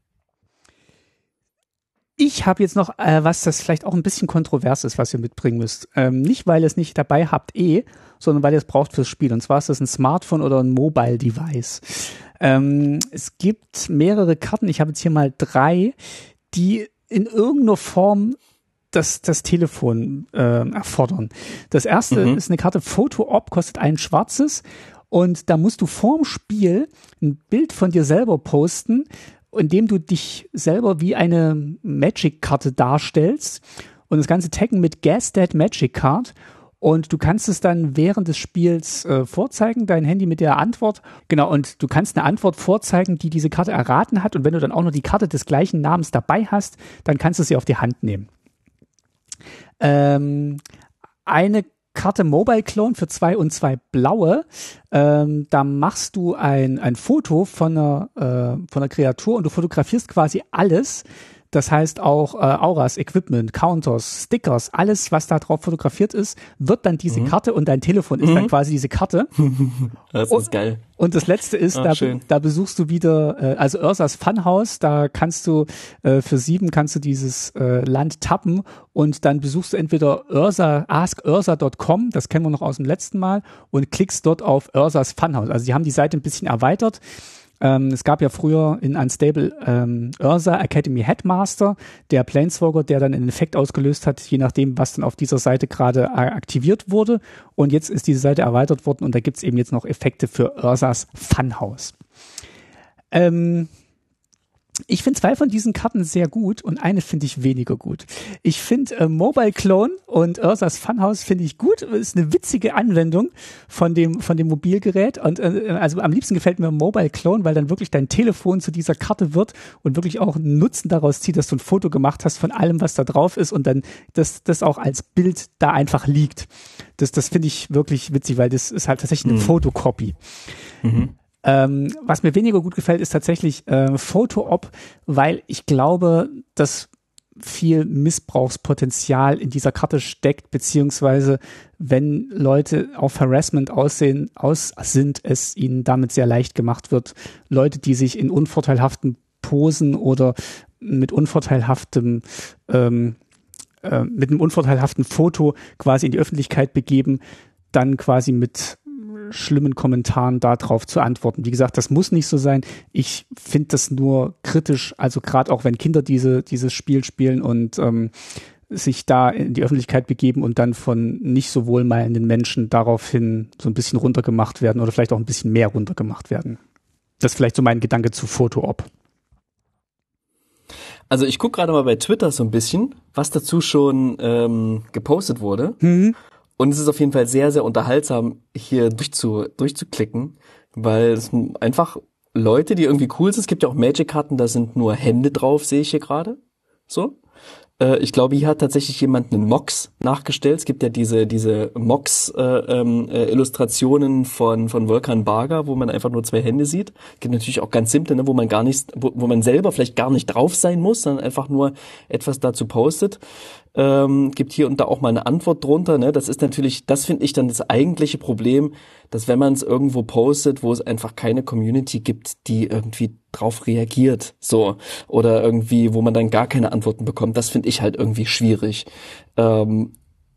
Ich habe jetzt noch was, das vielleicht auch ein bisschen kontrovers ist, was ihr mitbringen müsst. Nicht, weil ihr es nicht dabei habt sondern weil ihr es braucht fürs Spiel. Und zwar ist das ein Smartphone oder ein Mobile Device. Es gibt mehrere Karten, ich habe jetzt hier mal 3, die in irgendeiner Form das Telefon erfordern. Das erste ist eine Karte Photo-Op, kostet ein schwarzes. Und da musst du vorm Spiel ein Bild von dir selber posten, indem du dich selber wie eine Magic-Karte darstellst und das Ganze taggen mit Guess That Magic Card und du kannst es dann während des Spiels vorzeigen, dein Handy mit der Antwort. Genau, und du kannst eine Antwort vorzeigen, die diese Karte erraten hat und wenn du dann auch noch die Karte des gleichen Namens dabei hast, dann kannst du sie auf die Hand nehmen. Eine Karte Mobile Clone für 2 und 2 blaue. Da machst du ein Foto von einer Kreatur und du fotografierst quasi alles. Das heißt auch Auras, Equipment, Counters, Stickers, alles, was da drauf fotografiert ist, wird dann diese Karte und dein Telefon ist dann quasi diese Karte. Das ist geil. Und das letzte ist, da besuchst du wieder, also Ursas Funhouse, da kannst du für 7 kannst du dieses Land tappen und dann besuchst du entweder askursa.com, das kennen wir noch aus dem letzten Mal, und klickst dort auf Ursas Funhouse. Also die haben die Seite ein bisschen erweitert. Es gab ja früher in Unstable Ursa Academy Headmaster, der Planeswalker, der dann einen Effekt ausgelöst hat, je nachdem, was dann auf dieser Seite gerade aktiviert wurde. Und jetzt ist diese Seite erweitert worden und da gibt's eben jetzt noch Effekte für Ursas Funhouse. Ich finde 2 von diesen Karten sehr gut und eine finde ich weniger gut. Ich finde Mobile Clone und Ursas Funhouse finde ich gut. Ist eine witzige Anwendung von dem Mobilgerät und also am liebsten gefällt mir Mobile Clone, weil dann wirklich dein Telefon zu dieser Karte wird und wirklich auch einen Nutzen daraus zieht, dass du ein Foto gemacht hast von allem, was da drauf ist und dann das auch als Bild da einfach liegt. Das finde ich wirklich witzig, weil das ist halt tatsächlich eine Fotokopie. Was mir weniger gut gefällt, ist tatsächlich Photo-Op, weil ich glaube, dass viel Missbrauchspotenzial in dieser Karte steckt, beziehungsweise wenn Leute auf Harassment aus sind, es ihnen damit sehr leicht gemacht wird, Leute, die sich in unvorteilhaften Posen oder mit unvorteilhaftem mit einem unvorteilhaften Foto quasi in die Öffentlichkeit begeben, dann quasi mit schlimmen Kommentaren darauf zu antworten. Wie gesagt, das muss nicht so sein. Ich finde das nur kritisch, also gerade auch wenn Kinder dieses Spiel spielen und sich da in die Öffentlichkeit begeben und dann von nicht so wohlmeinenden Menschen daraufhin so ein bisschen runtergemacht werden oder vielleicht auch ein bisschen mehr runtergemacht werden. Das ist vielleicht so mein Gedanke zu Photo-Op. Also ich gucke gerade mal bei Twitter so ein bisschen, was dazu schon gepostet wurde. Und es ist auf jeden Fall sehr, sehr unterhaltsam, hier durchzuklicken, weil es einfach Leute, die irgendwie cool sind, es gibt ja auch Magic-Karten, da sind nur Hände drauf, sehe ich hier gerade. So. Ich glaube, hier hat tatsächlich jemand einen Mox nachgestellt. Es gibt ja diese Mox-Illustrationen von Volkan Barga, wo man einfach nur 2 Hände sieht. Es gibt natürlich auch ganz simple, ne, wo man selber vielleicht gar nicht drauf sein muss, sondern einfach nur etwas dazu postet. Gibt hier und da auch mal eine Antwort drunter, ne? Das ist natürlich, das finde ich dann das eigentliche Problem, dass wenn man es irgendwo postet, wo es einfach keine Community gibt, die irgendwie drauf reagiert, so, oder irgendwie, wo man dann gar keine Antworten bekommt, das finde ich halt irgendwie schwierig. Aber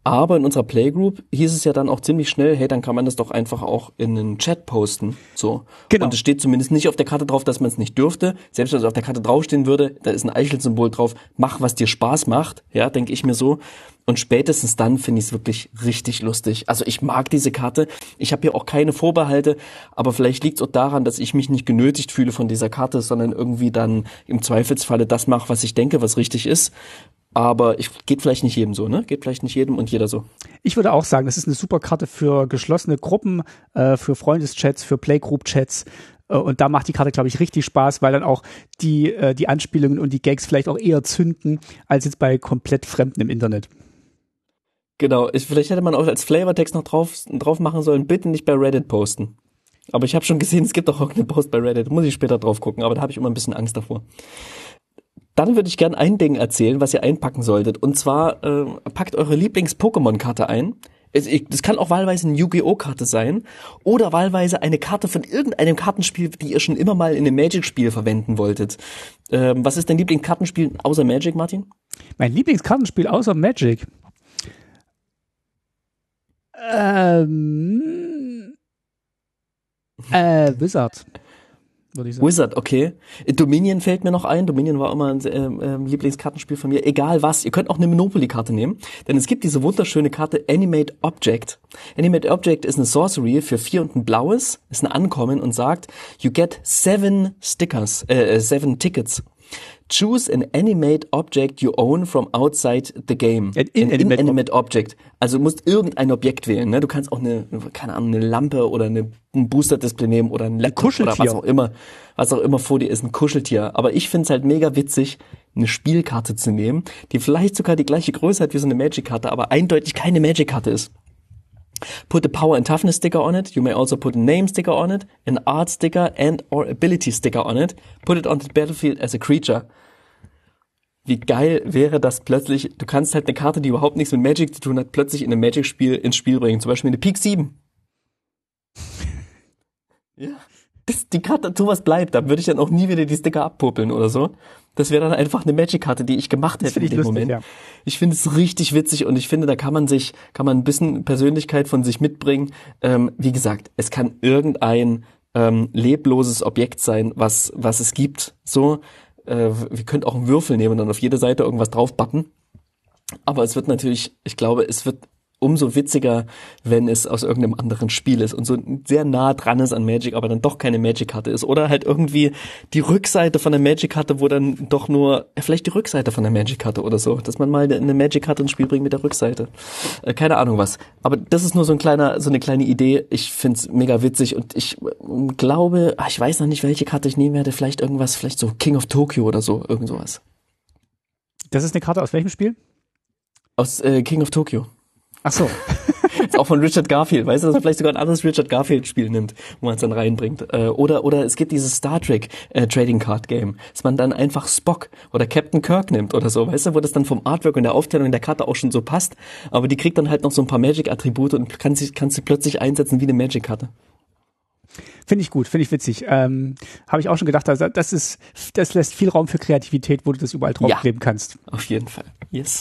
Aber in unserer Playgroup hieß es ja dann auch ziemlich schnell, hey, dann kann man das doch einfach auch in einen Chat posten. So. Genau. Und es steht zumindest nicht auf der Karte drauf, dass man es nicht dürfte. Selbst wenn es auf der Karte draufstehen würde, da ist ein Eichel-Symbol drauf, mach, was dir Spaß macht, ja, denke ich mir so. Und spätestens dann finde ich es wirklich richtig lustig. Also ich mag diese Karte. Ich habe hier auch keine Vorbehalte, aber vielleicht liegt es auch daran, dass ich mich nicht genötigt fühle von dieser Karte, sondern irgendwie dann im Zweifelsfalle das mache, was ich denke, was richtig ist. Aber geht vielleicht nicht jedem so, ne? Geht vielleicht nicht jedem und jeder so. Ich würde auch sagen, das ist eine super Karte für geschlossene Gruppen, für Freundeschats, für Playgroup-Chats. Und da macht die Karte, glaube ich, richtig Spaß, weil dann auch die Anspielungen und die Gags vielleicht auch eher zünden, als jetzt bei komplett Fremden im Internet. Genau, vielleicht hätte man auch als Flavortext noch drauf machen sollen, bitte nicht bei Reddit posten. Aber ich habe schon gesehen, es gibt auch irgendeinen Post bei Reddit, muss ich später drauf gucken, aber da habe ich immer ein bisschen Angst davor. Dann würde ich gern ein Ding erzählen, was ihr einpacken solltet. Und zwar packt eure Lieblings-Pokémon-Karte ein. Das kann auch wahlweise eine Yu-Gi-Oh!-Karte sein oder wahlweise eine Karte von irgendeinem Kartenspiel, die ihr schon immer mal in einem Magic-Spiel verwenden wolltet. Was ist dein Lieblingskartenspiel außer Magic, Martin? Mein Lieblingskartenspiel außer Magic? Wizard. Würde ich sagen. Wizard, okay. Dominion fällt mir noch ein. Dominion war immer ein Lieblingskartenspiel von mir. Egal was, ihr könnt auch eine Monopoly-Karte nehmen, denn es gibt diese wunderschöne Karte Animate Object. Animate Object ist eine Sorcery für 4 und ein blaues, ist ein Ankommen und sagt, you get 7 Tickets. Choose an animate object you own from outside the game. Inanimate Object. Also du musst irgendein Objekt wählen. Ne? Du kannst auch eine Lampe oder ein Booster-Display nehmen oder ein Laptop oder was auch immer vor dir ist, ein Kuscheltier. Aber ich find's halt mega witzig, eine Spielkarte zu nehmen, die vielleicht sogar die gleiche Größe hat wie so eine Magic-Karte, aber eindeutig keine Magic-Karte ist. Put a power and toughness sticker on it. You may also put a name sticker on it, an art sticker and or ability sticker on it. Put it on the battlefield as a creature. Wie geil wäre das plötzlich, du kannst halt eine Karte, die überhaupt nichts mit Magic zu tun hat, plötzlich in einem Magic-Spiel ins Spiel bringen. Zum Beispiel eine Pik 7. Ja. Die Karte, sowas bleibt, da würde ich dann auch nie wieder die Sticker abpuppeln oder so. Das wäre dann einfach eine Magic-Karte, die ich gemacht hätte in dem Moment. Ja. Ich finde es richtig witzig und ich finde, da kann man ein bisschen Persönlichkeit von sich mitbringen. Wie gesagt, es kann irgendein lebloses Objekt sein, was es gibt. So, wir können auch einen Würfel nehmen und dann auf jede Seite irgendwas draufbappen. Aber es wird natürlich, ich glaube, es wird umso witziger, wenn es aus irgendeinem anderen Spiel ist und so sehr nah dran ist an Magic, aber dann doch keine Magic-Karte ist. Oder halt irgendwie die Rückseite von der Magic-Karte, wo dann doch nur, vielleicht die Rückseite von der Magic-Karte oder so, dass man mal eine Magic-Karte ins Spiel bringt mit der Rückseite. Keine Ahnung was. Aber das ist nur so eine kleine Idee. Ich find's mega witzig und ich glaube, ich weiß noch nicht, welche Karte ich nehmen werde. Vielleicht so King of Tokyo oder so, irgend sowas. Das ist eine Karte aus welchem Spiel? Aus King of Tokyo. Ach so. Ist auch von Richard Garfield, weißt du, dass man vielleicht sogar ein anderes Richard Garfield-Spiel nimmt, wo man es dann reinbringt. Oder es gibt dieses Star Trek Trading Card Game, dass man dann einfach Spock oder Captain Kirk nimmt oder so, weißt du, wo das dann vom Artwork und der Aufteilung der Karte auch schon so passt, aber die kriegt dann halt noch so ein paar Magic-Attribute und kannst sie plötzlich einsetzen wie eine Magic-Karte. Finde ich gut, finde ich witzig. Habe ich auch schon gedacht, das lässt viel Raum für Kreativität, wo du das überall draufkleben kannst. Auf jeden Fall. Yes.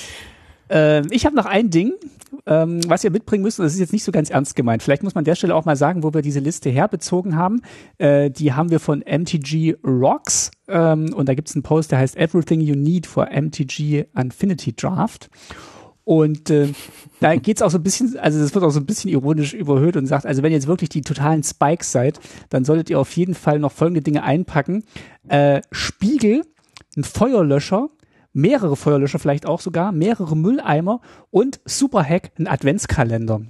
Ich habe noch ein Ding, was ihr mitbringen müsst, und das ist jetzt nicht so ganz ernst gemeint. Vielleicht muss man an der Stelle auch mal sagen, wo wir diese Liste herbezogen haben. Die haben wir von MTG Rocks und da gibt's einen Post, der heißt Everything You Need for MTG Infinity Draft. Und da geht's auch so ein bisschen, also das wird auch so ein bisschen ironisch überhöht und sagt, also wenn ihr jetzt wirklich die totalen Spikes seid, dann solltet ihr auf jeden Fall noch folgende Dinge einpacken. Spiegel, ein Feuerlöscher, mehrere Feuerlöscher vielleicht auch sogar, mehrere Mülleimer und Superhack, ein Adventskalender.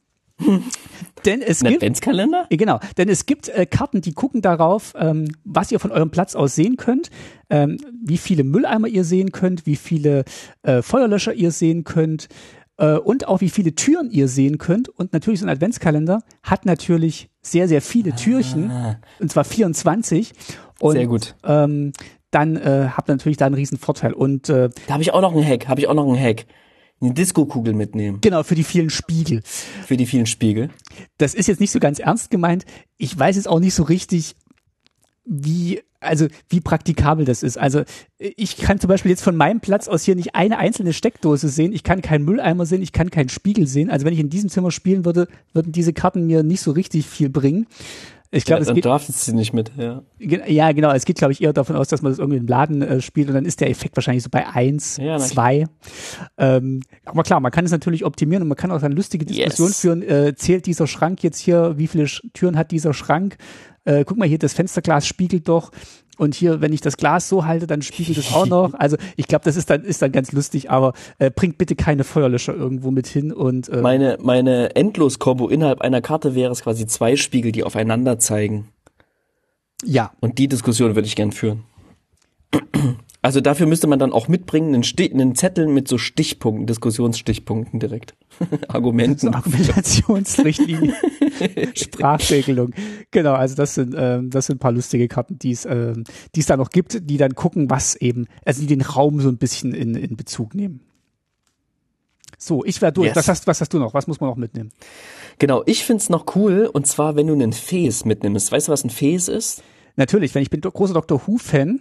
Denn es gibt Adventskalender? Genau, denn es gibt Karten, die gucken darauf, was ihr von eurem Platz aus sehen könnt, wie viele Mülleimer ihr sehen könnt, wie viele Feuerlöscher ihr sehen könnt und auch wie viele Türen ihr sehen könnt. Und natürlich so ein Adventskalender hat natürlich sehr, sehr viele Türchen, und zwar 24. Und, sehr gut. Dann habt ihr natürlich da einen riesen Vorteil. Und da habe ich auch noch einen Hack. Eine Disco-Kugel mitnehmen. Genau, für die vielen Spiegel. Für die vielen Spiegel. Das ist jetzt nicht so ganz ernst gemeint. Ich weiß jetzt auch nicht so richtig, wie praktikabel das ist. Also ich kann zum Beispiel jetzt von meinem Platz aus hier nicht eine einzelne Steckdose sehen, ich kann keinen Mülleimer sehen, ich kann keinen Spiegel sehen. Also wenn ich in diesem Zimmer spielen würde, würden diese Karten mir nicht so richtig viel bringen. Ich glaube, es geht. Darf sie nicht mit, ja. Ja, genau. Es geht, glaube ich, eher davon aus, dass man das irgendwie im Laden spielt und dann ist der Effekt wahrscheinlich so bei 1, 2. Aber klar, man kann es natürlich optimieren und man kann auch eine lustige Diskussion führen. Zählt dieser Schrank jetzt hier? Wie viele Türen hat dieser Schrank? Guck mal hier, das Fensterglas spiegelt doch. Und hier, wenn ich das Glas so halte, dann spiegelt es auch noch. Also ich glaube, das ist dann ganz lustig, aber bringt bitte keine Feuerlöscher irgendwo mit hin. Und meine Endlos-Kombo innerhalb einer Karte wäre es quasi 2 Spiegel, die aufeinander zeigen. Ja. Und die Diskussion würde ich gern führen. Also dafür müsste man dann auch mitbringen, einen Zettel mit so Stichpunkten, Diskussionsstichpunkten direkt. Argumenten. So Argumentationsrichtlinie, Sprachregelung. Genau, also das sind ein paar lustige Karten, die es da noch gibt, die dann gucken, die den Raum so ein bisschen in Bezug nehmen. So, ich wäre durch. Yes. Was hast du noch? Was muss man noch mitnehmen? Genau, ich find's noch cool, und zwar, wenn du einen Fes mitnimmst. Weißt du, was ein Fes ist? Natürlich, ich bin großer Dr. Who-Fan.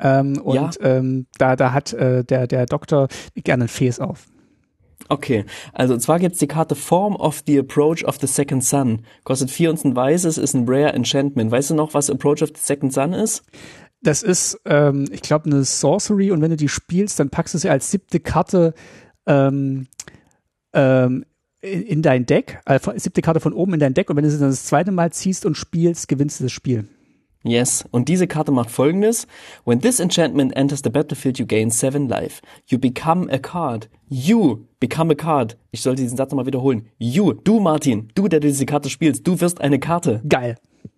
Da hat der Doktor gerne ein Fes auf. Okay, also und zwar gibt's die Karte Form of the Approach of the Second Sun. Kostet 4 und ein weißes, ist ein Rare Enchantment. Weißt du noch, was Approach of the Second Sun ist? Das ist, ich glaube, eine Sorcery, und wenn du die spielst, dann packst du sie als 7. Karte in dein Deck, 7. Karte von oben in dein Deck, und wenn du sie dann das 2. Mal ziehst und spielst, gewinnst du das Spiel. Yes, und diese Karte macht Folgendes. When this enchantment enters the battlefield, you gain 7 life. You become a card. You become a card. Ich sollte diesen Satz nochmal wiederholen. Du Martin, du, der diese Karte spielst, du wirst eine Karte. Geil.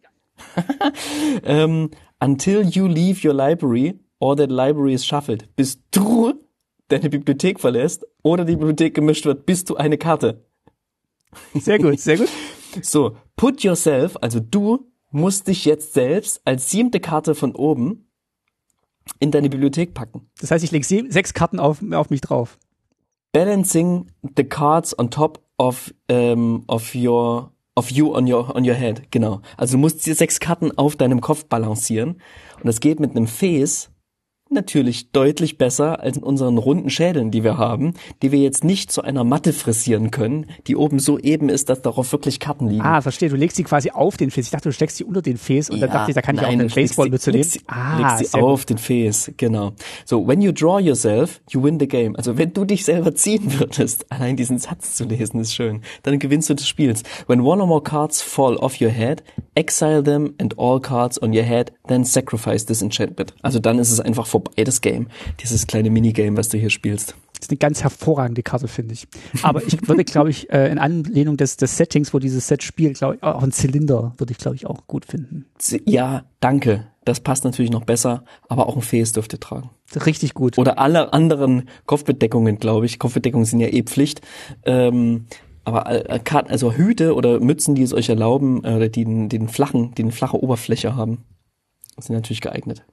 Until you leave your library or the library is shuffled. Bis du deine Bibliothek verlässt oder die Bibliothek gemischt wird, bist du eine Karte. Sehr gut, sehr gut. So, put yourself, also du musst dich jetzt selbst als 7. Karte von oben in deine Bibliothek packen. Das heißt, ich lege 6 Karten auf mich drauf. Balancing the cards on top of you on your head. Genau. Also du musst die 6 Karten auf deinem Kopf balancieren. Und das geht mit einem Fes natürlich deutlich besser als in unseren runden Schädeln, die wir haben, die wir jetzt nicht zu einer Matte frisieren können, die oben so eben ist, dass darauf wirklich Karten liegen. Ah, verstehe. Du legst sie quasi auf den Fes. Ich dachte, du steckst sie unter den Fes, und dann dachte ich, da kann ich auch eine Baseballmütze nehmen. Legst sie auf den Fes, genau. So, when you draw yourself, you win the game. Also wenn du dich selber ziehen würdest, allein diesen Satz zu lesen, ist schön, dann gewinnst du das Spiel. When one or more cards fall off your head, exile them and all cards on your head, then sacrifice this enchantment. Also dann ist es einfach vorbei, das Game. Dieses kleine Minigame, was du hier spielst. Das ist eine ganz hervorragende Karte, finde ich. Aber ich würde, glaube ich, in Anlehnung des Settings, wo dieses Set spielt, glaube ich, auch einen Zylinder würde ich, glaube ich, auch gut finden. Ja, danke. Das passt natürlich noch besser, aber auch ein Fes dürft ihr tragen. Richtig gut. Oder alle anderen Kopfbedeckungen, glaube ich. Kopfbedeckungen sind ja Pflicht. Aber Karten, also Hüte oder Mützen, die es euch erlauben, oder die eine flache Oberfläche haben, sind natürlich geeignet.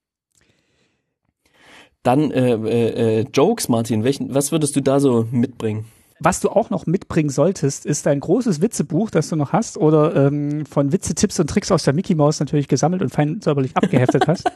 Dann Jokes, Martin. Was würdest du da so mitbringen? Was du auch noch mitbringen solltest, ist ein großes Witzebuch, das du noch hast, oder von Witze, Tipps und Tricks aus der Mickey Maus natürlich gesammelt und fein säuberlich abgeheftet hast.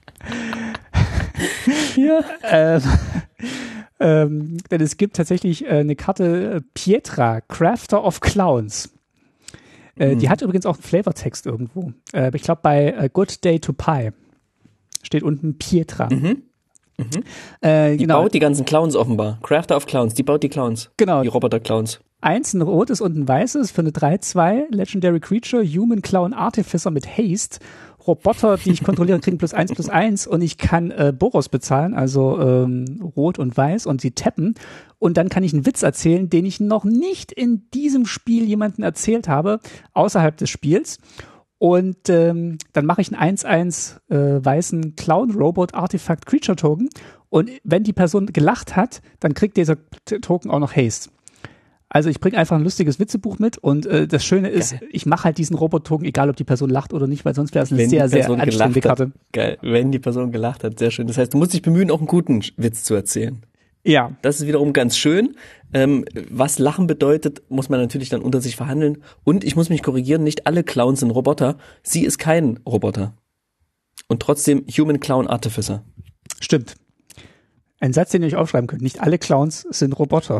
Ja. Denn es gibt tatsächlich eine Karte Pietra, Crafter of Clowns. Die hat übrigens auch einen Flavortext irgendwo. Ich glaube, bei A Good Day to Pie steht unten Pietra. Die baut die ganzen Clowns offenbar. Crafter of Clowns, die baut die Clowns. Genau. Die Roboter-Clowns. 1 ein rotes und ein weißes für eine 3/2. Legendary Creature, Human Clown Artificer mit Haste. Roboter, die ich kontrolliere, kriegen +1/+1 und ich kann Boros bezahlen, also rot und weiß, und sie tappen. Und dann kann ich einen Witz erzählen, den ich noch nicht in diesem Spiel jemandem erzählt habe, außerhalb des Spiels. Und dann mache ich einen 1/1 weißen Clown-Robot-Artifact Creature Token. Und wenn die Person gelacht hat, dann kriegt dieser Token auch noch Haste. Also ich bringe einfach ein lustiges Witzebuch mit. Und das Schöne ist, ich mache halt diesen Robot-Token, egal ob die Person lacht oder nicht, weil sonst wäre es eine sehr, sehr anstrengende Karte. Geil, wenn die Person gelacht hat, sehr schön. Das heißt, du musst dich bemühen, auch einen guten Witz zu erzählen. Ja. Das ist wiederum ganz schön. Was Lachen bedeutet, muss man natürlich dann unter sich verhandeln. Und ich muss mich korrigieren, nicht alle Clowns sind Roboter. Sie ist kein Roboter. und trotzdem Human Clown Artificer. Stimmt. Ein Satz, den ihr euch aufschreiben könnt. Nicht alle Clowns sind Roboter.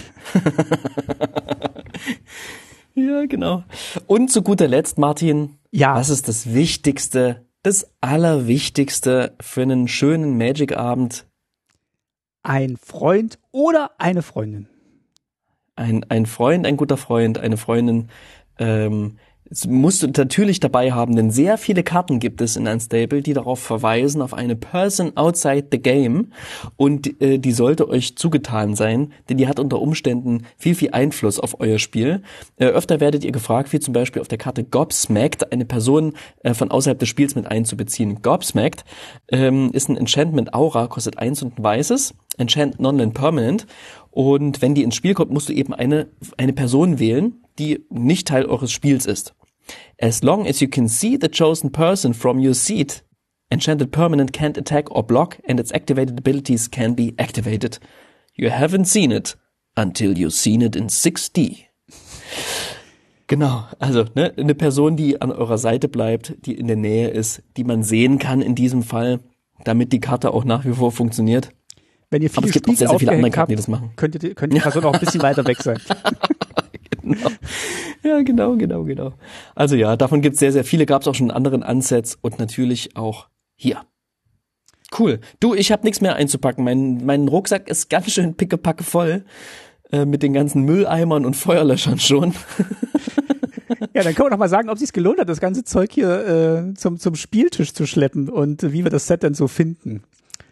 Ja, genau. Und zu guter Letzt, Martin, was ist das Wichtigste, das Allerwichtigste für einen schönen Magic-Abend? Ein Freund oder eine Freundin. Ein Freund, ein guter Freund, eine Freundin, musst du natürlich dabei haben, denn sehr viele Karten gibt es in Unstable, die darauf verweisen, auf eine Person outside the game, und die sollte euch zugetan sein, denn die hat unter Umständen viel, viel Einfluss auf euer Spiel. Öfter werdet ihr gefragt, wie zum Beispiel auf der Karte Gobsmacked, eine Person von außerhalb des Spiels mit einzubeziehen. Gobsmacked ist ein Enchantment Aura, kostet 1 und ein weißes, Enchant Non-Land Permanent, und wenn die ins Spiel kommt, musst du eben eine Person wählen, die nicht Teil eures Spiels ist. As long as you can see the chosen person from your seat, Enchanted Permanent can't attack or block and its activated abilities can be activated. You haven't seen it until you've seen it in 6D. Genau, also eine Person, die an eurer Seite bleibt, die in der Nähe ist, die man sehen kann in diesem Fall, damit die Karte auch nach wie vor funktioniert. Wenn ihr viele Aber es gibt auch sehr, sehr viele andere Karten, die das machen. Könnt die Person auch ein bisschen weiter weg sein. Genau. Ja, genau. Also ja, davon gibt's sehr, sehr viele, gab's auch schon in anderen Ansets und natürlich auch hier. Cool. Du, ich habe nichts mehr einzupacken. Mein Rucksack ist ganz schön pickepacke voll mit den ganzen Mülleimern und Feuerlöschern schon. Ja, dann können wir doch mal sagen, ob es sich gelohnt hat, das ganze Zeug hier zum Spieltisch zu schleppen und wie wir das Set denn so finden.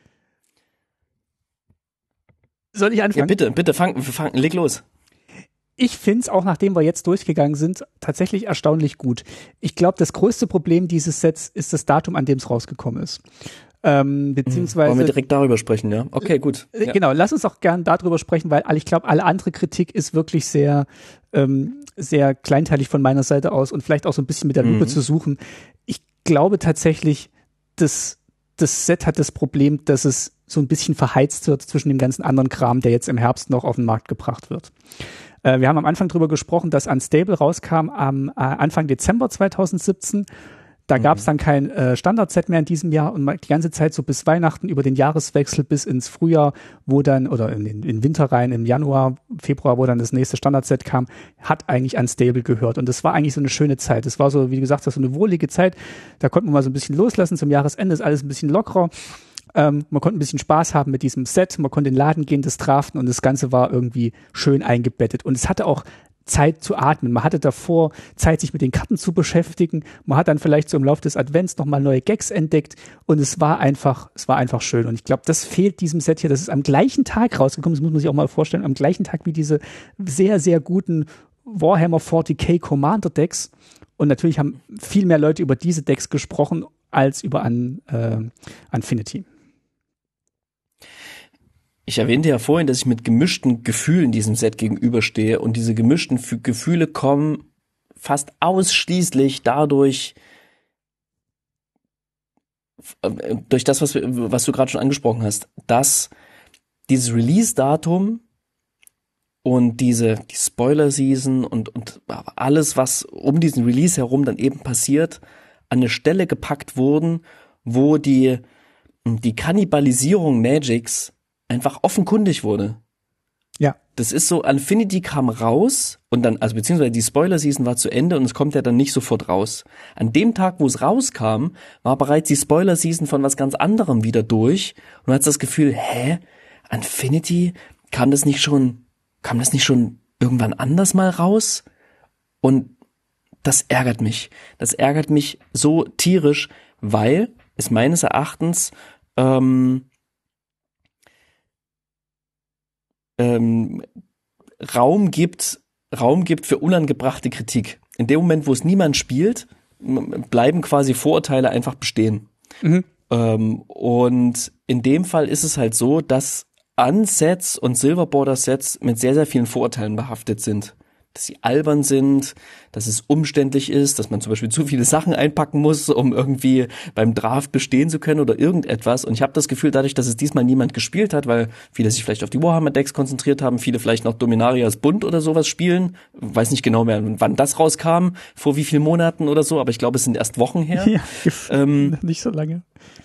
Soll ich anfangen? Ja, bitte, leg los. Ich finde es auch, nachdem wir jetzt durchgegangen sind, tatsächlich erstaunlich gut. Ich glaube, das größte Problem dieses Sets ist das Datum, an dem es rausgekommen ist. Beziehungsweise. Wollen wir direkt darüber sprechen, ja? Okay, gut. Ja. Genau, lass uns auch gern darüber sprechen, weil ich glaube, alle andere Kritik ist wirklich sehr, sehr kleinteilig von meiner Seite aus und vielleicht auch so ein bisschen mit der Lupe zu suchen. Ich glaube tatsächlich, das Set hat das Problem, dass es so ein bisschen verheizt wird zwischen dem ganzen anderen Kram, der jetzt im Herbst noch auf den Markt gebracht wird. Wir haben am Anfang drüber gesprochen, dass Unstable rauskam am Anfang Dezember 2017. Da gab es dann kein Standardset mehr in diesem Jahr und die ganze Zeit so bis Weihnachten, über den Jahreswechsel bis ins Frühjahr, wo dann, oder in den Winter rein, im Januar, Februar, wo dann das nächste Standardset kam, hat eigentlich Unstable gehört. Und das war eigentlich so eine schöne Zeit. Das war so, wie gesagt, so eine wohlige Zeit. Da konnte man mal so ein bisschen loslassen. Zum Jahresende ist alles ein bisschen lockerer. Man konnte ein bisschen Spaß haben mit diesem Set, man konnte in den Laden gehen, das draften und das Ganze war irgendwie schön eingebettet. Und es hatte auch Zeit zu atmen. Man hatte davor Zeit, sich mit den Karten zu beschäftigen. Man hat dann vielleicht so im Laufe des Advents nochmal neue Gags entdeckt und es war einfach schön. Und ich glaube, das fehlt diesem Set hier. Das ist am gleichen Tag rausgekommen, das muss man sich auch mal vorstellen, am gleichen Tag wie diese sehr, sehr guten Warhammer 40k Commander Decks. Und natürlich haben viel mehr Leute über diese Decks gesprochen als über Unfinity. Ich erwähnte ja vorhin, dass ich mit gemischten Gefühlen diesem Set gegenüberstehe und diese gemischten Gefühle kommen fast ausschließlich dadurch, durch das, was du gerade schon angesprochen hast, dass dieses Release-Datum und die Spoiler-Season und alles, was um diesen Release herum dann eben passiert, an eine Stelle gepackt wurden, wo die Kannibalisierung Magics einfach offenkundig wurde. Ja. Das ist so, Unfinity kam raus und dann, also beziehungsweise die Spoiler-Season war zu Ende und es kommt ja dann nicht sofort raus. An dem Tag, wo es rauskam, war bereits die Spoiler-Season von was ganz anderem wieder durch und du hast das Gefühl, Unfinity, kam das nicht schon irgendwann anders mal raus? Und das ärgert mich. Das ärgert mich so tierisch, weil es meines Erachtens Raum gibt für unangebrachte Kritik. In dem Moment, wo es niemand spielt, bleiben quasi Vorurteile einfach bestehen. Und in dem Fall ist es halt so, dass Unsets und Silver Border Sets mit sehr, sehr vielen Vorurteilen behaftet sind. dass sie albern sind, dass es umständlich ist, dass man zum Beispiel zu viele Sachen einpacken muss, um irgendwie beim Draft bestehen zu können oder irgendetwas. Und ich habe das Gefühl, dadurch, dass es diesmal niemand gespielt hat, weil viele sich vielleicht auf die Warhammer-Decks konzentriert haben, viele vielleicht noch Dominarias Bund oder sowas spielen, weiß nicht genau mehr, wann das rauskam, vor wie vielen Monaten oder so, aber ich glaube, es sind erst Wochen her. Ja, nicht so lange.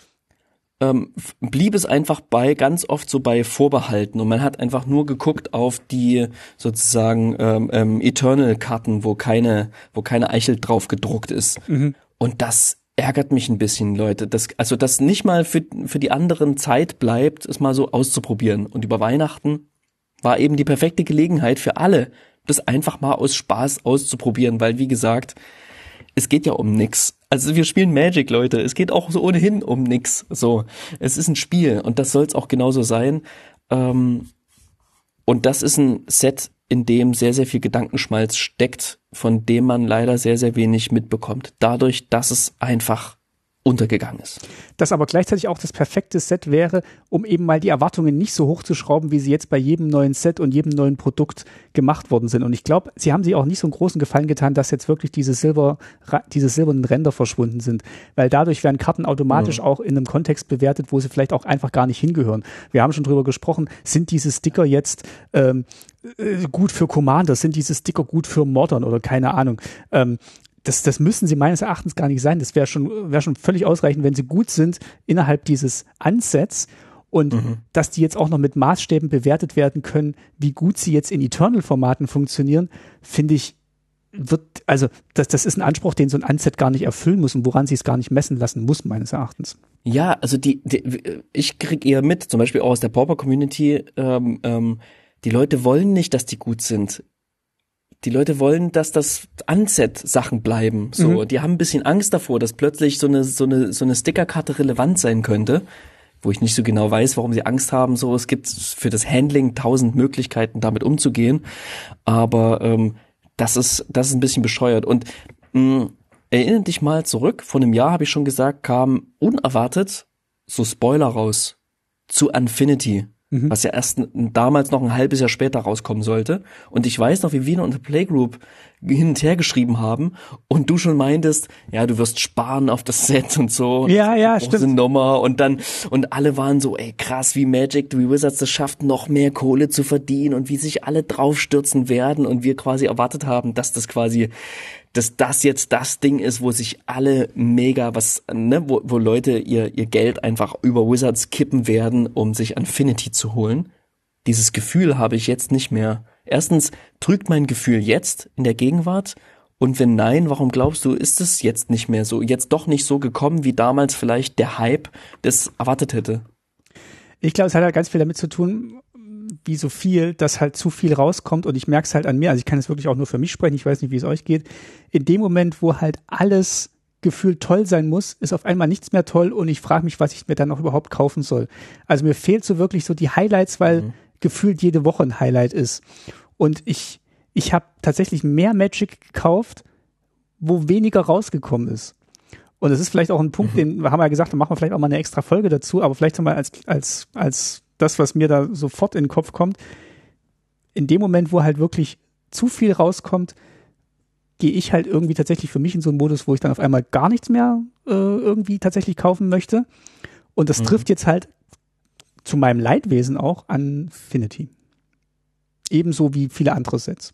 Blieb es einfach ganz oft so bei Vorbehalten und man hat einfach nur geguckt auf die sozusagen Eternal-Karten, wo keine Eichel drauf gedruckt ist. Mhm. Und das ärgert mich ein bisschen, Leute. Dass nicht mal für die anderen Zeit bleibt, es mal so auszuprobieren. Und über Weihnachten war eben die perfekte Gelegenheit für alle, das einfach mal aus Spaß auszuprobieren, weil wie gesagt, es geht ja um nix. Also wir spielen Magic, Leute. Es geht auch so ohnehin um nix. So, es ist ein Spiel und das soll es auch genauso sein. Und das ist ein Set, in dem sehr, sehr viel Gedankenschmalz steckt, von dem man leider sehr, sehr wenig mitbekommt. Dadurch, dass es einfach untergegangen ist. Das aber gleichzeitig auch das perfekte Set wäre, um eben mal die Erwartungen nicht so hoch zu schrauben, wie sie jetzt bei jedem neuen Set und jedem neuen Produkt gemacht worden sind. Und ich glaube, sie haben sich auch nicht so einen großen Gefallen getan, dass jetzt wirklich diese silbernen Ränder verschwunden sind. Weil dadurch werden Karten automatisch auch in einem Kontext bewertet, wo sie vielleicht auch einfach gar nicht hingehören. Wir haben schon drüber gesprochen, sind diese Sticker jetzt gut für Commander, sind diese Sticker gut für Modern oder keine Ahnung. Das müssen sie meines Erachtens gar nicht sein. Das wäre schon völlig ausreichend, wenn sie gut sind innerhalb dieses Ansets und dass die jetzt auch noch mit Maßstäben bewertet werden können, wie gut sie jetzt in Eternal-Formaten funktionieren, finde ich, das ist ein Anspruch, den so ein Unset gar nicht erfüllen muss und woran sie es gar nicht messen lassen muss, meines Erachtens. Ja, also ich krieg eher mit, zum Beispiel auch aus der Pauper-Community, die Leute wollen nicht, dass die gut sind. Die Leute wollen, dass das Unset-Sachen bleiben. So, die haben ein bisschen Angst davor, dass plötzlich so eine Stickerkarte relevant sein könnte, wo ich nicht so genau weiß, warum sie Angst haben. So, es gibt für das Handling 1000 Möglichkeiten, damit umzugehen. Aber das ist ein bisschen bescheuert. Und erinnere dich mal zurück. Vor einem Jahr habe ich schon gesagt, kam unerwartet so Spoiler raus zu Unfinity. Was ja erst damals noch ein halbes Jahr später rauskommen sollte. Und ich weiß noch, wie wir in der Playgroup hin und her geschrieben haben und du schon meintest, ja, du wirst sparen auf das Set und so. Ja, stimmt. Nummer und alle waren so, ey, krass, wie Magic, wie Wizards das schafft, noch mehr Kohle zu verdienen und wie sich alle draufstürzen werden und wir quasi erwartet haben, dass das jetzt das Ding ist, wo sich alle mega wo Leute ihr Geld einfach über Wizards kippen werden, um sich Infinity zu holen. Dieses Gefühl habe ich jetzt nicht mehr. Erstens, trügt mein Gefühl jetzt in der Gegenwart? Und wenn nein, warum glaubst du, ist es jetzt nicht mehr so, jetzt doch nicht so gekommen, wie damals vielleicht der Hype das erwartet hätte? Ich glaube, es hat halt ganz viel damit zu tun, wie so viel, dass halt zu viel rauskommt und ich merke es halt an mir, also ich kann es wirklich auch nur für mich sprechen, ich weiß nicht, wie es euch geht, in dem Moment, wo halt alles gefühlt toll sein muss, ist auf einmal nichts mehr toll und ich frage mich, was ich mir dann noch überhaupt kaufen soll. Also mir fehlt so wirklich so die Highlights, weil gefühlt jede Woche ein Highlight ist. Und ich habe tatsächlich mehr Magic gekauft, wo weniger rausgekommen ist. Und das ist vielleicht auch ein Punkt, den wir haben ja gesagt, da machen wir vielleicht auch mal eine extra Folge dazu, aber vielleicht mal als das, was mir da sofort in den Kopf kommt, in dem Moment, wo halt wirklich zu viel rauskommt, gehe ich halt irgendwie tatsächlich für mich in so einen Modus, wo ich dann auf einmal gar nichts mehr irgendwie tatsächlich kaufen möchte. Und das trifft jetzt halt zu meinem Leidwesen auch an Infinity. Ebenso wie viele andere Sets.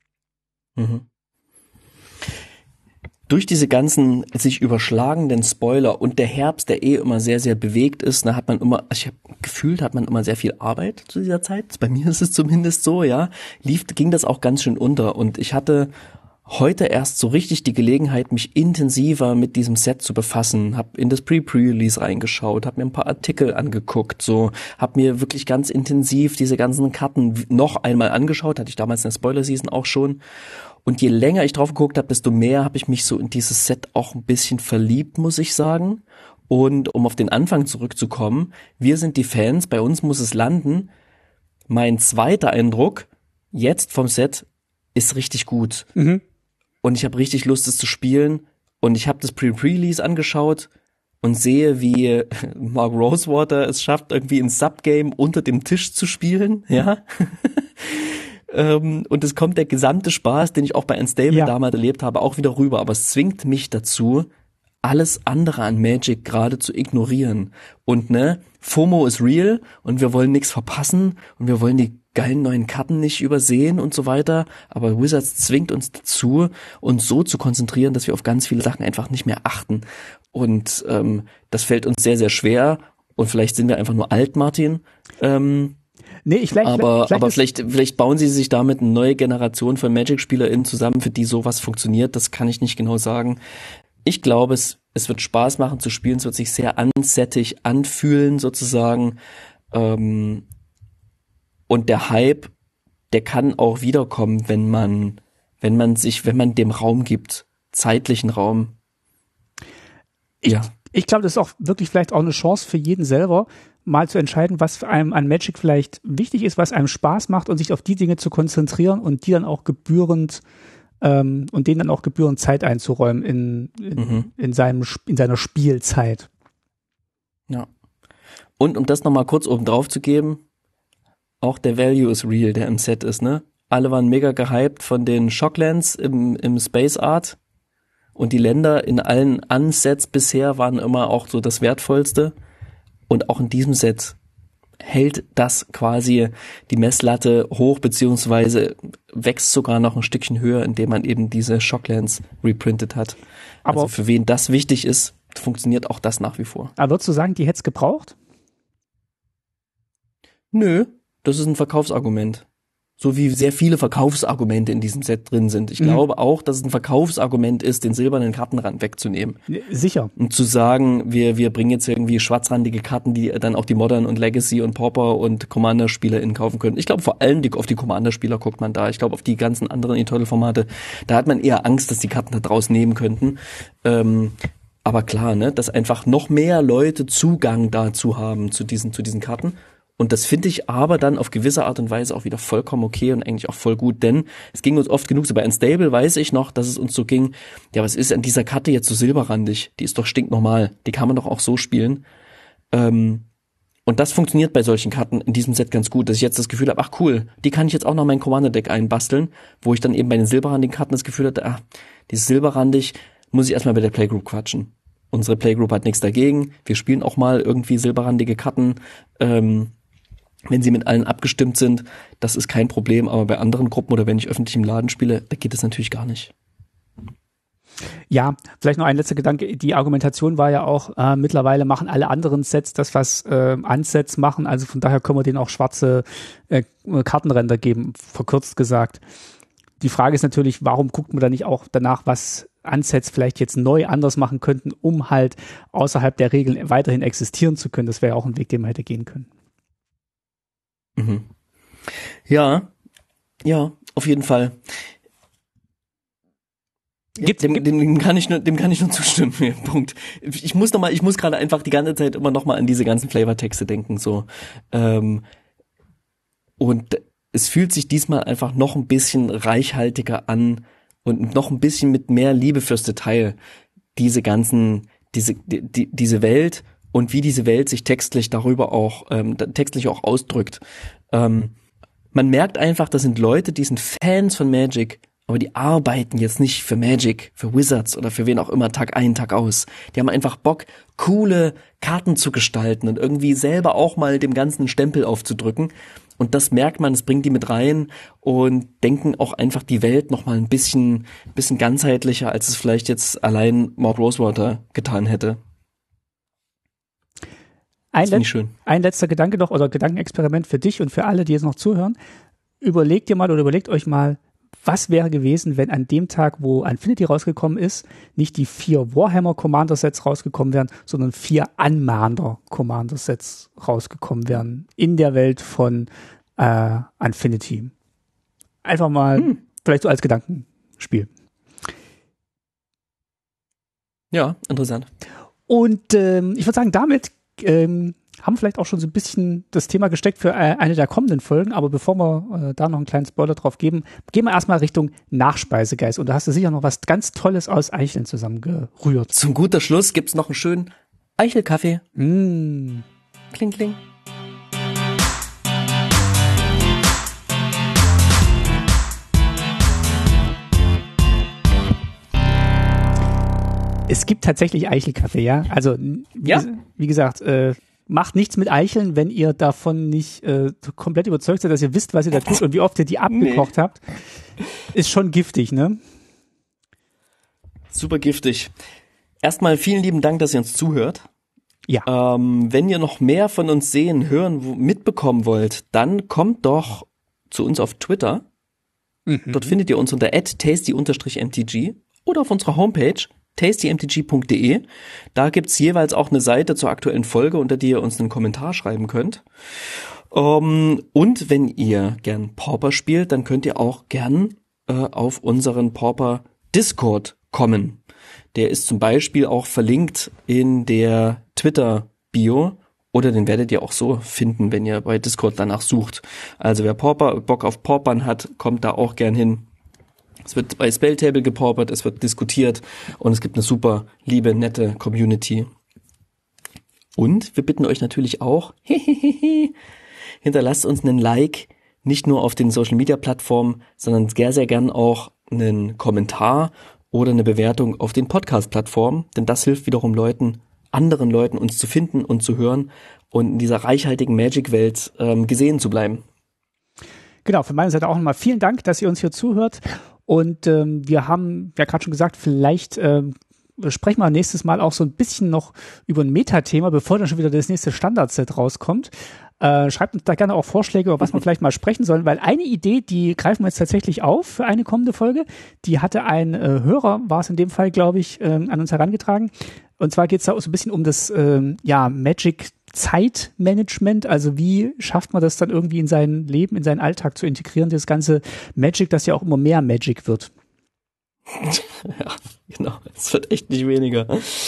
Durch diese ganzen sich überschlagenden Spoiler und der Herbst, der immer sehr, sehr bewegt ist, da hat man immer sehr viel Arbeit zu dieser Zeit. Bei mir ist es zumindest so, ja. Ging das auch ganz schön unter und ich hatte heute erst so richtig die Gelegenheit, mich intensiver mit diesem Set zu befassen, hab in das Pre-Release reingeschaut, hab mir ein paar Artikel angeguckt, hab mir wirklich ganz intensiv diese ganzen Karten noch einmal angeschaut, hatte ich damals in der Spoiler-Season auch schon. Und je länger ich drauf geguckt habe, desto mehr habe ich mich so in dieses Set auch ein bisschen verliebt, muss ich sagen. Und um auf den Anfang zurückzukommen, wir sind die Fans, bei uns muss es landen. Mein zweiter Eindruck jetzt vom Set ist richtig gut. Und ich habe richtig Lust, es zu spielen. Und ich habe das Pre-Release angeschaut und sehe, wie Mark Rosewater es schafft, irgendwie ein Subgame unter dem Tisch zu spielen, ja. Und es kommt der gesamte Spaß, den ich auch bei Unstable damals erlebt habe, auch wieder rüber. Aber es zwingt mich dazu, alles andere an Magic gerade zu ignorieren. Und FOMO ist real und wir wollen nichts verpassen und wir wollen die geilen neuen Karten nicht übersehen und so weiter. Aber Wizards zwingt uns dazu, uns so zu konzentrieren, dass wir auf ganz viele Sachen einfach nicht mehr achten. Und das fällt uns sehr, sehr schwer. Und vielleicht sind wir einfach nur alt, Martin. Vielleicht bauen sie sich damit eine neue Generation von Magic-SpielerInnen zusammen, für die sowas funktioniert. Das kann ich nicht genau sagen. Ich glaube, es wird Spaß machen zu spielen, es wird sich sehr unsettig anfühlen sozusagen. Und der Hype, der kann auch wiederkommen, wenn man dem Raum gibt, zeitlichen Raum. Ich glaube, das ist auch wirklich vielleicht auch eine Chance für jeden selber, mal zu entscheiden, was einem an Magic vielleicht wichtig ist, was einem Spaß macht und sich auf die Dinge zu konzentrieren und die dann auch gebührend und denen dann auch gebührend Zeit einzuräumen in seiner Spielzeit. Ja. Und um das nochmal kurz oben drauf zu geben, auch der Value ist real, der im Set ist, ne? Alle waren mega gehypt von den Shocklands im Space Art und die Länder in allen Unsets bisher waren immer auch so das Wertvollste und auch in diesem Set hält das quasi die Messlatte hoch, beziehungsweise wächst sogar noch ein Stückchen höher, indem man eben diese Shocklands reprintet hat. Aber also für wen das wichtig ist, funktioniert auch das nach wie vor. Aber würdest du sagen, die hätte es gebraucht? Nö, das ist ein Verkaufsargument. So wie sehr viele Verkaufsargumente in diesem Set drin sind. Ich glaube auch, dass es ein Verkaufsargument ist, den silbernen Kartenrand wegzunehmen. Sicher. Und zu sagen, wir bringen jetzt irgendwie schwarzrandige Karten, die dann auch die Modern und Legacy und Pauper und Commander-SpielerInnen kaufen können. Ich glaube vor allem auf die Commander-Spieler guckt man da. Ich glaube auf die ganzen anderen Eternal-Formate, da hat man eher Angst, dass die Karten da draus nehmen könnten. Aber klar, ne, dass einfach noch mehr Leute Zugang dazu haben, zu diesen Karten. Und das finde ich aber dann auf gewisse Art und Weise auch wieder vollkommen okay und eigentlich auch voll gut, denn es ging uns oft genug, so bei Unstable weiß ich noch, dass es uns so ging, ja, was ist an dieser Karte jetzt so silberrandig? Die ist doch stinknormal, die kann man doch auch so spielen. Und das funktioniert bei solchen Karten in diesem Set ganz gut, dass ich jetzt das Gefühl habe, ach cool, die kann ich jetzt auch noch in mein Commander-Deck einbasteln, wo ich dann eben bei den silberrandigen Karten das Gefühl hatte, dieses silberrandig, muss ich erstmal bei der Playgroup quatschen. Unsere Playgroup hat nichts dagegen, wir spielen auch mal irgendwie silberrandige Karten, wenn sie mit allen abgestimmt sind, das ist kein Problem, aber bei anderen Gruppen oder wenn ich öffentlich im Laden spiele, da geht es natürlich gar nicht. Ja, vielleicht noch ein letzter Gedanke. Die Argumentation war ja auch, mittlerweile machen alle anderen Sets das, was Unsets machen, also von daher können wir denen auch schwarze Kartenränder geben, verkürzt gesagt. Die Frage ist natürlich, warum guckt man da nicht auch danach, was Unsets vielleicht jetzt neu anders machen könnten, um halt außerhalb der Regeln weiterhin existieren zu können. Das wäre auch ein Weg, den man hätte gehen können. Ja, auf jeden Fall. Dem kann ich nur zustimmen. Punkt. Ich muss gerade einfach die ganze Zeit immer noch mal an diese ganzen Flavortexte denken, so. Und es fühlt sich diesmal einfach noch ein bisschen reichhaltiger an und noch ein bisschen mit mehr Liebe fürs Detail. Diese Welt und wie diese Welt sich textlich auch ausdrückt. Man merkt einfach, das sind Leute, die sind Fans von Magic, aber die arbeiten jetzt nicht für Magic, für Wizards oder für wen auch immer Tag ein, Tag aus. Die haben einfach Bock, coole Karten zu gestalten und irgendwie selber auch mal dem ganzen Stempel aufzudrücken. Und das merkt man, es bringt die mit rein und denken auch einfach die Welt noch mal ein bisschen ganzheitlicher, als es vielleicht jetzt allein Mark Rosewater getan hätte. Ein letzter Gedanke noch oder Gedankenexperiment für dich und für alle, die jetzt noch zuhören. Überlegt euch mal, was wäre gewesen, wenn an dem Tag, wo Infinity rausgekommen ist, nicht die 4 Warhammer Commander Sets rausgekommen wären, sondern 4 Unmander Commander Sets rausgekommen wären in der Welt von Infinity. Einfach mal vielleicht so als Gedankenspiel. Ja, interessant. Und ich würde sagen, damit haben vielleicht auch schon so ein bisschen das Thema gesteckt für eine der kommenden Folgen, aber bevor wir da noch einen kleinen Spoiler drauf geben, gehen wir erstmal Richtung Nachspeisegeist. Und da hast du sicher noch was ganz Tolles aus Eicheln zusammengerührt. Zum guter Schluss gibt's noch einen schönen Eichelkaffee. Kling, kling. Es gibt tatsächlich Eichelkaffee, ja. Also wie gesagt, macht nichts mit Eicheln, wenn ihr davon nicht komplett überzeugt seid, dass ihr wisst, was ihr da tut und wie oft ihr die abgekocht habt. Ist schon giftig, ne? Super giftig. Erstmal vielen lieben Dank, dass ihr uns zuhört. Ja. Wenn ihr noch mehr von uns sehen, hören, mitbekommen wollt, dann kommt doch zu uns auf Twitter. Dort findet ihr uns unter @tasty_mtg oder auf unserer Homepage tastymtg.de. Da gibt's jeweils auch eine Seite zur aktuellen Folge, unter die ihr uns einen Kommentar schreiben könnt. Und wenn ihr gern Pauper spielt, dann könnt ihr auch gern auf unseren Pauper Discord kommen. Der ist zum Beispiel auch verlinkt in der Twitter-Bio. Oder den werdet ihr auch so finden, wenn ihr bei Discord danach sucht. Also wer Bock auf Paupern hat, kommt da auch gern hin. Es wird bei Spelltable gepaupert, es wird diskutiert und es gibt eine super liebe, nette Community. Und wir bitten euch natürlich auch, hinterlasst uns einen Like, nicht nur auf den Social-Media-Plattformen, sondern sehr, sehr gern auch einen Kommentar oder eine Bewertung auf den Podcast-Plattformen, denn das hilft wiederum anderen Leuten uns zu finden und zu hören und in dieser reichhaltigen Magic-Welt gesehen zu bleiben. Genau, von meiner Seite auch nochmal vielen Dank, dass ihr uns hier zuhört. Und wir haben ja gerade schon gesagt, vielleicht sprechen wir nächstes Mal auch so ein bisschen noch über ein Metathema, bevor dann schon wieder das nächste Standardset rauskommt. Schreibt uns da gerne auch Vorschläge, über was wir vielleicht mal sprechen sollen, weil eine Idee, die greifen wir jetzt tatsächlich auf für eine kommende Folge, die hatte ein Hörer, war es in dem Fall, glaube ich, an uns herangetragen. Und zwar geht es da auch so ein bisschen um das Magic Zeitmanagement, also wie schafft man das dann irgendwie in sein Leben, in seinen Alltag zu integrieren, das ganze Magic, das ja auch immer mehr Magic wird. Ja, genau, es wird echt nicht weniger.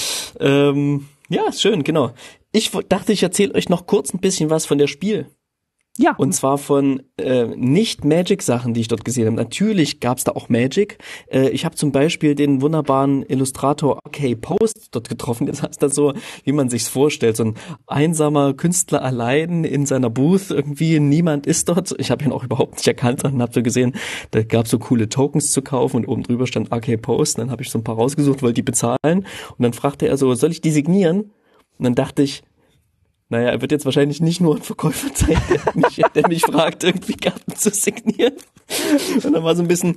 Ja, schön, genau. Ich dachte, ich erzähle euch noch kurz ein bisschen was von der Spiel. Ja. Und zwar von Nicht-Magic-Sachen, die ich dort gesehen habe. Natürlich gab's da auch Magic. Ich habe zum Beispiel den wunderbaren Illustrator RK Post dort getroffen. Das heißt dann so, wie man sich's vorstellt. So ein einsamer Künstler allein in seiner Booth. Irgendwie niemand ist dort. Ich habe ihn auch überhaupt nicht erkannt und habe so gesehen, da gab's so coole Tokens zu kaufen und oben drüber stand RK Post. Dann habe ich so ein paar rausgesucht, wollte die bezahlen. Und dann fragte er so, soll ich die signieren? Und dann dachte ich, naja, er wird jetzt wahrscheinlich nicht nur ein Verkäufer sein, der mich fragt, irgendwie Karten zu signieren. Und dann war so ein bisschen,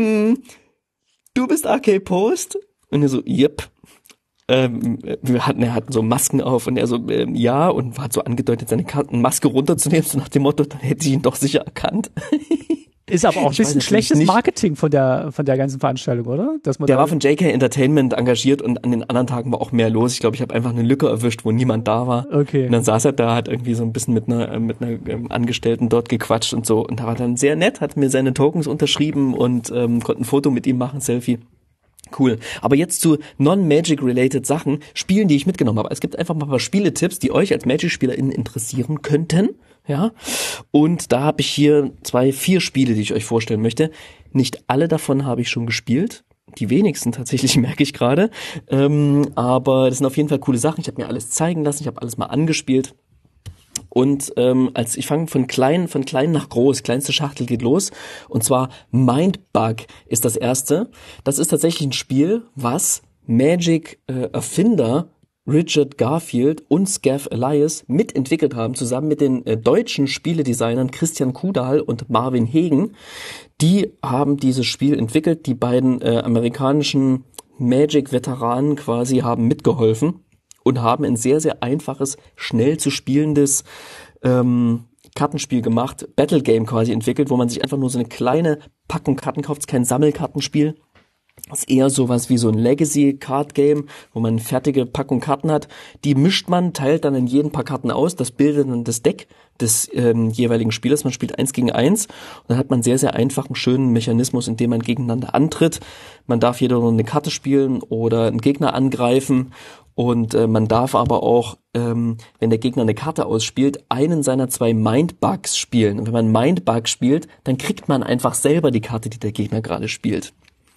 du bist RK Post? Und er so, yep. Er hatten so Masken auf und er so, ja, und hat so angedeutet, seine Maske runterzunehmen, so nach dem Motto, dann hätte ich ihn doch sicher erkannt. Ist aber auch ein bisschen schlechtes Marketing von der ganzen Veranstaltung, oder? Dass man der war von JK Entertainment engagiert und an den anderen Tagen war auch mehr los. Ich glaube, ich habe einfach eine Lücke erwischt, wo niemand da war. Okay. Und dann saß er da, hat irgendwie so ein bisschen mit einer Angestellten dort gequatscht und so. Und da war dann sehr nett, hat mir seine Tokens unterschrieben und konnte ein Foto mit ihm machen, Selfie. Cool. Aber jetzt zu non-Magic-related Sachen, Spielen, die ich mitgenommen habe. Es gibt einfach mal ein paar Spieletipps, die euch als Magic-SpielerInnen interessieren könnten. Ja. Und da habe ich hier 4 Spiele, die ich euch vorstellen möchte. Nicht alle davon habe ich schon gespielt. Die wenigsten tatsächlich, merke ich gerade. Aber das sind auf jeden Fall coole Sachen. Ich habe mir alles zeigen lassen, ich habe alles mal angespielt. Und ich fange von klein nach groß, kleinste Schachtel geht los. Und zwar Mindbug ist das erste. Das ist tatsächlich ein Spiel, was Magic-Erfinder Richard Garfield und Scav Elias mitentwickelt haben, zusammen mit den deutschen Spieledesignern Christian Kudal und Marvin Hegen. Die haben dieses Spiel entwickelt. Die beiden amerikanischen Magic-Veteranen quasi haben mitgeholfen und haben ein sehr, sehr einfaches, schnell zu spielendes Kartenspiel gemacht, Battle Game quasi entwickelt, wo man sich einfach nur so eine kleine Packung Karten kauft, ist kein Sammelkartenspiel. Das ist eher sowas wie so ein Legacy-Card-Game, wo man eine fertige Packung Karten hat. Die mischt man, teilt dann in jeden paar Karten aus. Das bildet dann das Deck des jeweiligen Spielers. Man spielt 1 gegen 1 und dann hat man sehr, sehr einfachen, schönen Mechanismus, in dem man gegeneinander antritt. Man darf jeder nur eine Karte spielen oder einen Gegner angreifen. Und man darf aber auch, wenn der Gegner eine Karte ausspielt, einen seiner 2 Mindbugs spielen. Und wenn man Mindbug spielt, dann kriegt man einfach selber die Karte, die der Gegner gerade spielt.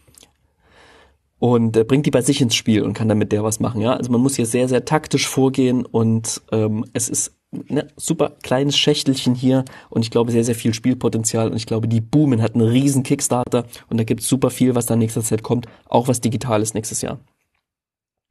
Und bringt die bei sich ins Spiel und kann dann mit der was machen. Ja, also man muss hier sehr, sehr taktisch vorgehen und es ist ein super kleines Schächtelchen hier und ich glaube sehr, sehr viel Spielpotenzial und ich glaube, die boomen, hat einen riesen Kickstarter und da gibt's super viel, was da nächster Zeit kommt, auch was Digitales nächstes Jahr.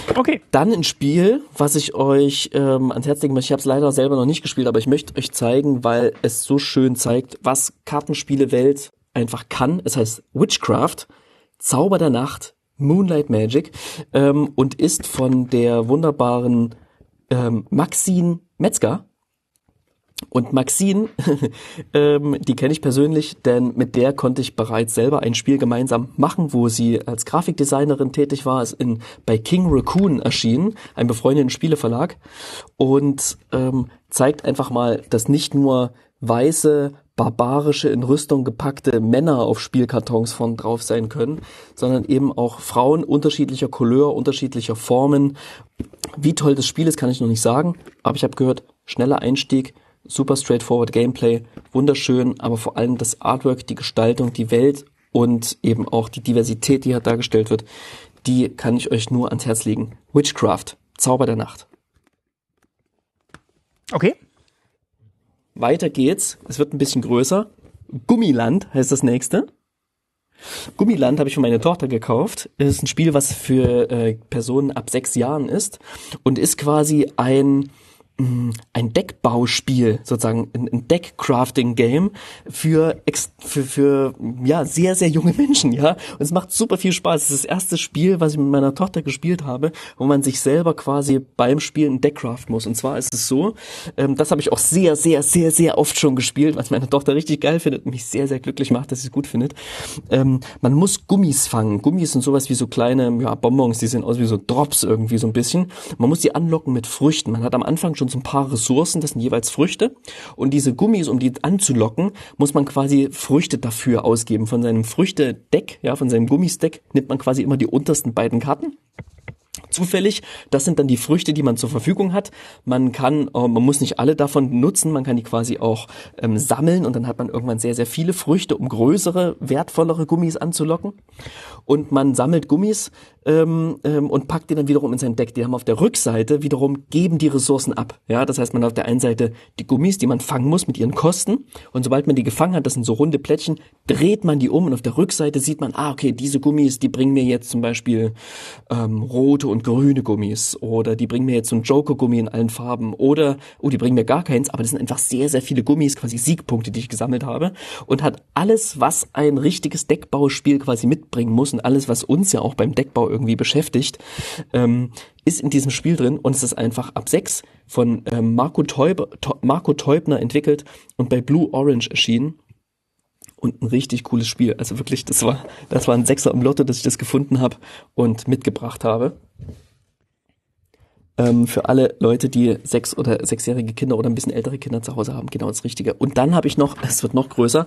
Okay. Dann ein Spiel, was ich euch ans Herz legen möchte. Ich habe es leider selber noch nicht gespielt, aber ich möchte euch zeigen, weil es so schön zeigt, was Kartenspielewelt einfach kann. Es heißt Witchcraft, Zauber der Nacht, Moonlight Magic und ist von der wunderbaren Maxine Metzger. Und Maxine, die kenne ich persönlich, denn mit der konnte ich bereits selber ein Spiel gemeinsam machen, wo sie als Grafikdesignerin tätig war, ist bei King Raccoon erschienen, einem befreundeten Spieleverlag, und zeigt einfach mal, dass nicht nur weiße, barbarische, in Rüstung gepackte Männer auf Spielkartons vorn drauf sein können, sondern eben auch Frauen unterschiedlicher Couleur, unterschiedlicher Formen. Wie toll das Spiel ist, kann ich noch nicht sagen, aber ich habe gehört, schneller Einstieg, super straightforward Gameplay, wunderschön, aber vor allem das Artwork, die Gestaltung, die Welt und eben auch die Diversität, die hier dargestellt wird, die kann ich euch nur ans Herz legen. Witchcraft, Zauber der Nacht. Okay. Weiter geht's, es wird ein bisschen größer. Gummiland heißt das nächste. Gummiland habe ich für meine Tochter gekauft. Es ist ein Spiel, was für Personen ab 6 Jahren ist und ist quasi ein Deckbauspiel, sozusagen ein Deck-Crafting-Game für ja sehr, sehr junge Menschen, ja. Und es macht super viel Spaß. Es ist das erste Spiel, was ich mit meiner Tochter gespielt habe, wo man sich selber quasi beim Spielen ein Deck craften muss. Und zwar ist es so, das habe ich auch sehr, sehr, sehr, sehr oft schon gespielt, was meine Tochter richtig geil findet und mich sehr, sehr glücklich macht, dass sie es gut findet. Man muss Gummis fangen. Gummis sind sowas wie so kleine Bonbons, die sehen aus wie so Drops irgendwie so ein bisschen. Man muss die anlocken mit Früchten. Man hat am Anfang schon so ein paar Ressourcen, das sind jeweils Früchte, und diese Gummis, um die anzulocken, muss man quasi Früchte dafür ausgeben. Von seinem Früchtedeck, ja, von seinem Gummistack nimmt man quasi immer die untersten beiden Karten. Zufällig, das sind dann die Früchte, die man zur Verfügung hat. Man muss nicht alle davon nutzen, man kann die quasi auch sammeln, und dann hat man irgendwann sehr, sehr viele Früchte, um größere, wertvollere Gummis anzulocken. Und man sammelt Gummis und packt die dann wiederum in sein Deck. Die haben auf der Rückseite wiederum, geben die Ressourcen ab. Ja, das heißt, man hat auf der einen Seite die Gummis, die man fangen muss mit ihren Kosten, und sobald man die gefangen hat, das sind so runde Plättchen, dreht man die um, und auf der Rückseite sieht man, okay, diese Gummis, die bringen mir jetzt zum Beispiel rote und grüne Gummis, oder die bringen mir jetzt so ein Joker-Gummi in allen Farben, oder, die bringen mir gar keins, aber das sind einfach sehr, sehr viele Gummis, quasi Siegpunkte, die ich gesammelt habe, und hat alles, was ein richtiges Deckbauspiel quasi mitbringen muss, und alles, was uns ja auch beim Deckbau irgendwie beschäftigt, ist in diesem Spiel drin, und es ist einfach ab 6 von Marco Teubner entwickelt und bei Blue Orange erschienen. Und ein richtig cooles Spiel. Also wirklich, das war ein Sechser im Lotto, dass ich das gefunden habe und mitgebracht habe. Für alle Leute, die 6- oder 6-jährige Kinder oder ein bisschen ältere Kinder zu Hause haben, genau das Richtige. Und dann habe ich noch, es wird noch größer,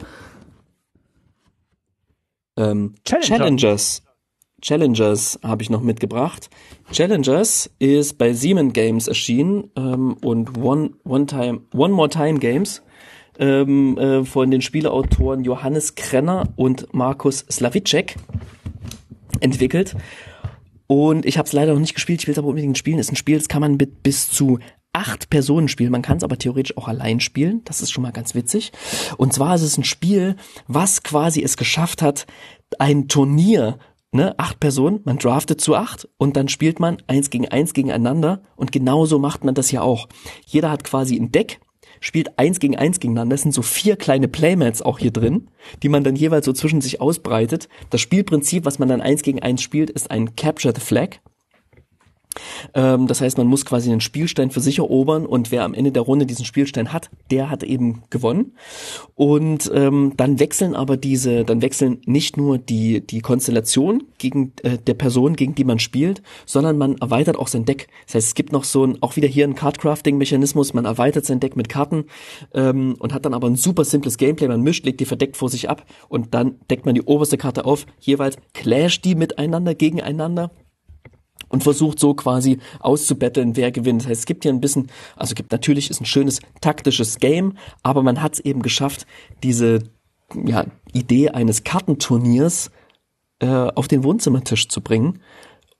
Challengers habe ich noch mitgebracht. Challengers ist bei Simon Games erschienen und One More Time Games von den Spieleautoren Johannes Krenner und Markus Slavicek entwickelt. Und ich habe es leider noch nicht gespielt, ich will es aber unbedingt spielen. Es ist ein Spiel, das kann man mit bis zu 8 Personen spielen. Man kann es aber theoretisch auch allein spielen. Das ist schon mal ganz witzig. Und zwar ist es ein Spiel, was quasi es geschafft hat, ein Turnier, 8 Personen, man draftet zu 8 und dann spielt man 1 gegen 1 gegeneinander, und genauso macht man das hier auch. Jeder hat quasi ein Deck, spielt 1 gegen 1 gegeneinander. Das sind so 4 kleine Playmats auch hier drin, die man dann jeweils so zwischen sich ausbreitet. Das Spielprinzip, was man dann 1 gegen 1 spielt, ist ein Capture the Flag. Das heißt, man muss quasi einen Spielstein für sich erobern, und wer am Ende der Runde diesen Spielstein hat, der hat eben gewonnen. Und dann wechseln nicht nur die Konstellation gegen der Person, gegen die man spielt, sondern man erweitert auch sein Deck. Das heißt, es gibt noch auch wieder hier einen Card-Crafting-Mechanismus, man erweitert sein Deck mit Karten und hat dann aber ein super simples Gameplay. Man mischt, legt die verdeckt vor sich ab, und dann deckt man die oberste Karte auf, jeweils clasht die miteinander, gegeneinander, und versucht so quasi auszubetteln, wer gewinnt. Das heißt, es gibt hier natürlich ist ein schönes taktisches Game, aber man hat es eben geschafft, diese Idee eines Kartenturniers auf den Wohnzimmertisch zu bringen.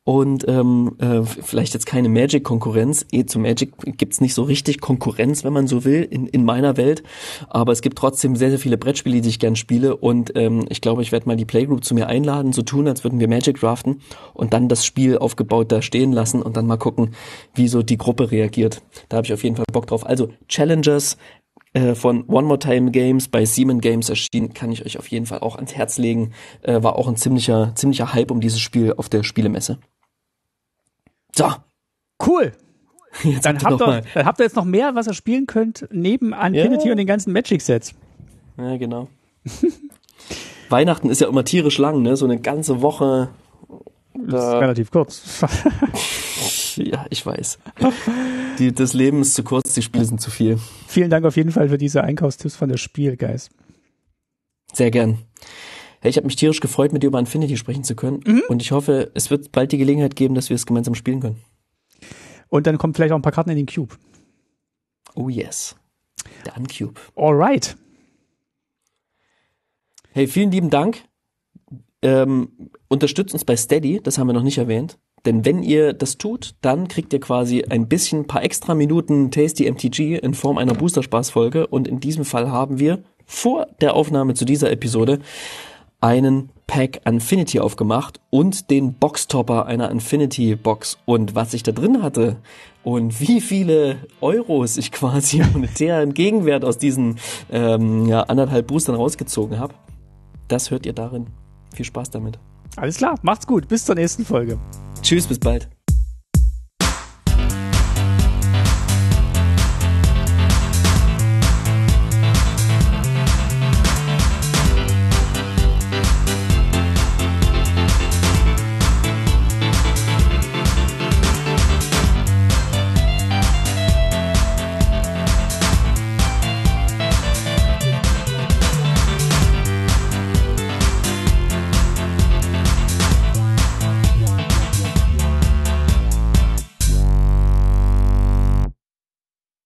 und vielleicht jetzt keine Magic-Konkurrenz. Zu Magic gibt's nicht so richtig Konkurrenz, wenn man so will, in meiner Welt. Aber es gibt trotzdem sehr, sehr viele Brettspiele, die ich gern spiele. Und ich glaube, ich werde mal die Playgroup zu mir einladen, so tun, als würden wir Magic draften und dann das Spiel aufgebaut da stehen lassen und dann mal gucken, wie so die Gruppe reagiert. Da habe ich auf jeden Fall Bock drauf. Also Challengers von One More Time Games bei Seaman Games erschienen, kann ich euch auf jeden Fall auch ans Herz legen. War auch ein ziemlicher Hype um dieses Spiel auf der Spielemesse. So. Cool. Dann habt ihr jetzt noch mehr, was ihr spielen könnt, neben Infinity und den ganzen Magic-Sets. Ja, genau. Weihnachten ist ja immer tierisch lang, ne? So eine ganze Woche. Das ist relativ kurz. Ja, ich weiß. Das Leben ist zu kurz, die Spiele sind zu viel. Vielen Dank auf jeden Fall für diese Einkaufstipps von das Spiel, Guys. Sehr gern. Hey, ich habe mich tierisch gefreut, mit dir über Infinity sprechen zu können. Und ich hoffe, es wird bald die Gelegenheit geben, dass wir es gemeinsam spielen können. Und dann kommen vielleicht auch ein paar Karten in den Cube. Oh yes. Der Uncube. Alright. Hey, vielen lieben Dank. Unterstützt uns bei Steady, das haben wir noch nicht erwähnt. Denn wenn ihr das tut, dann kriegt ihr quasi ein paar extra Minuten Tasty MTG in Form einer Booster-Spaß-Folge. Und in diesem Fall haben wir vor der Aufnahme zu dieser Episode einen Pack Infinity aufgemacht und den Boxtopper einer Infinity-Box. Und was ich da drin hatte und wie viele Euros ich quasi monetären Gegenwert aus diesen 1,5 Boostern rausgezogen habe, das hört ihr darin. Viel Spaß damit. Alles klar, macht's gut. Bis zur nächsten Folge. Tschüss, bis bald.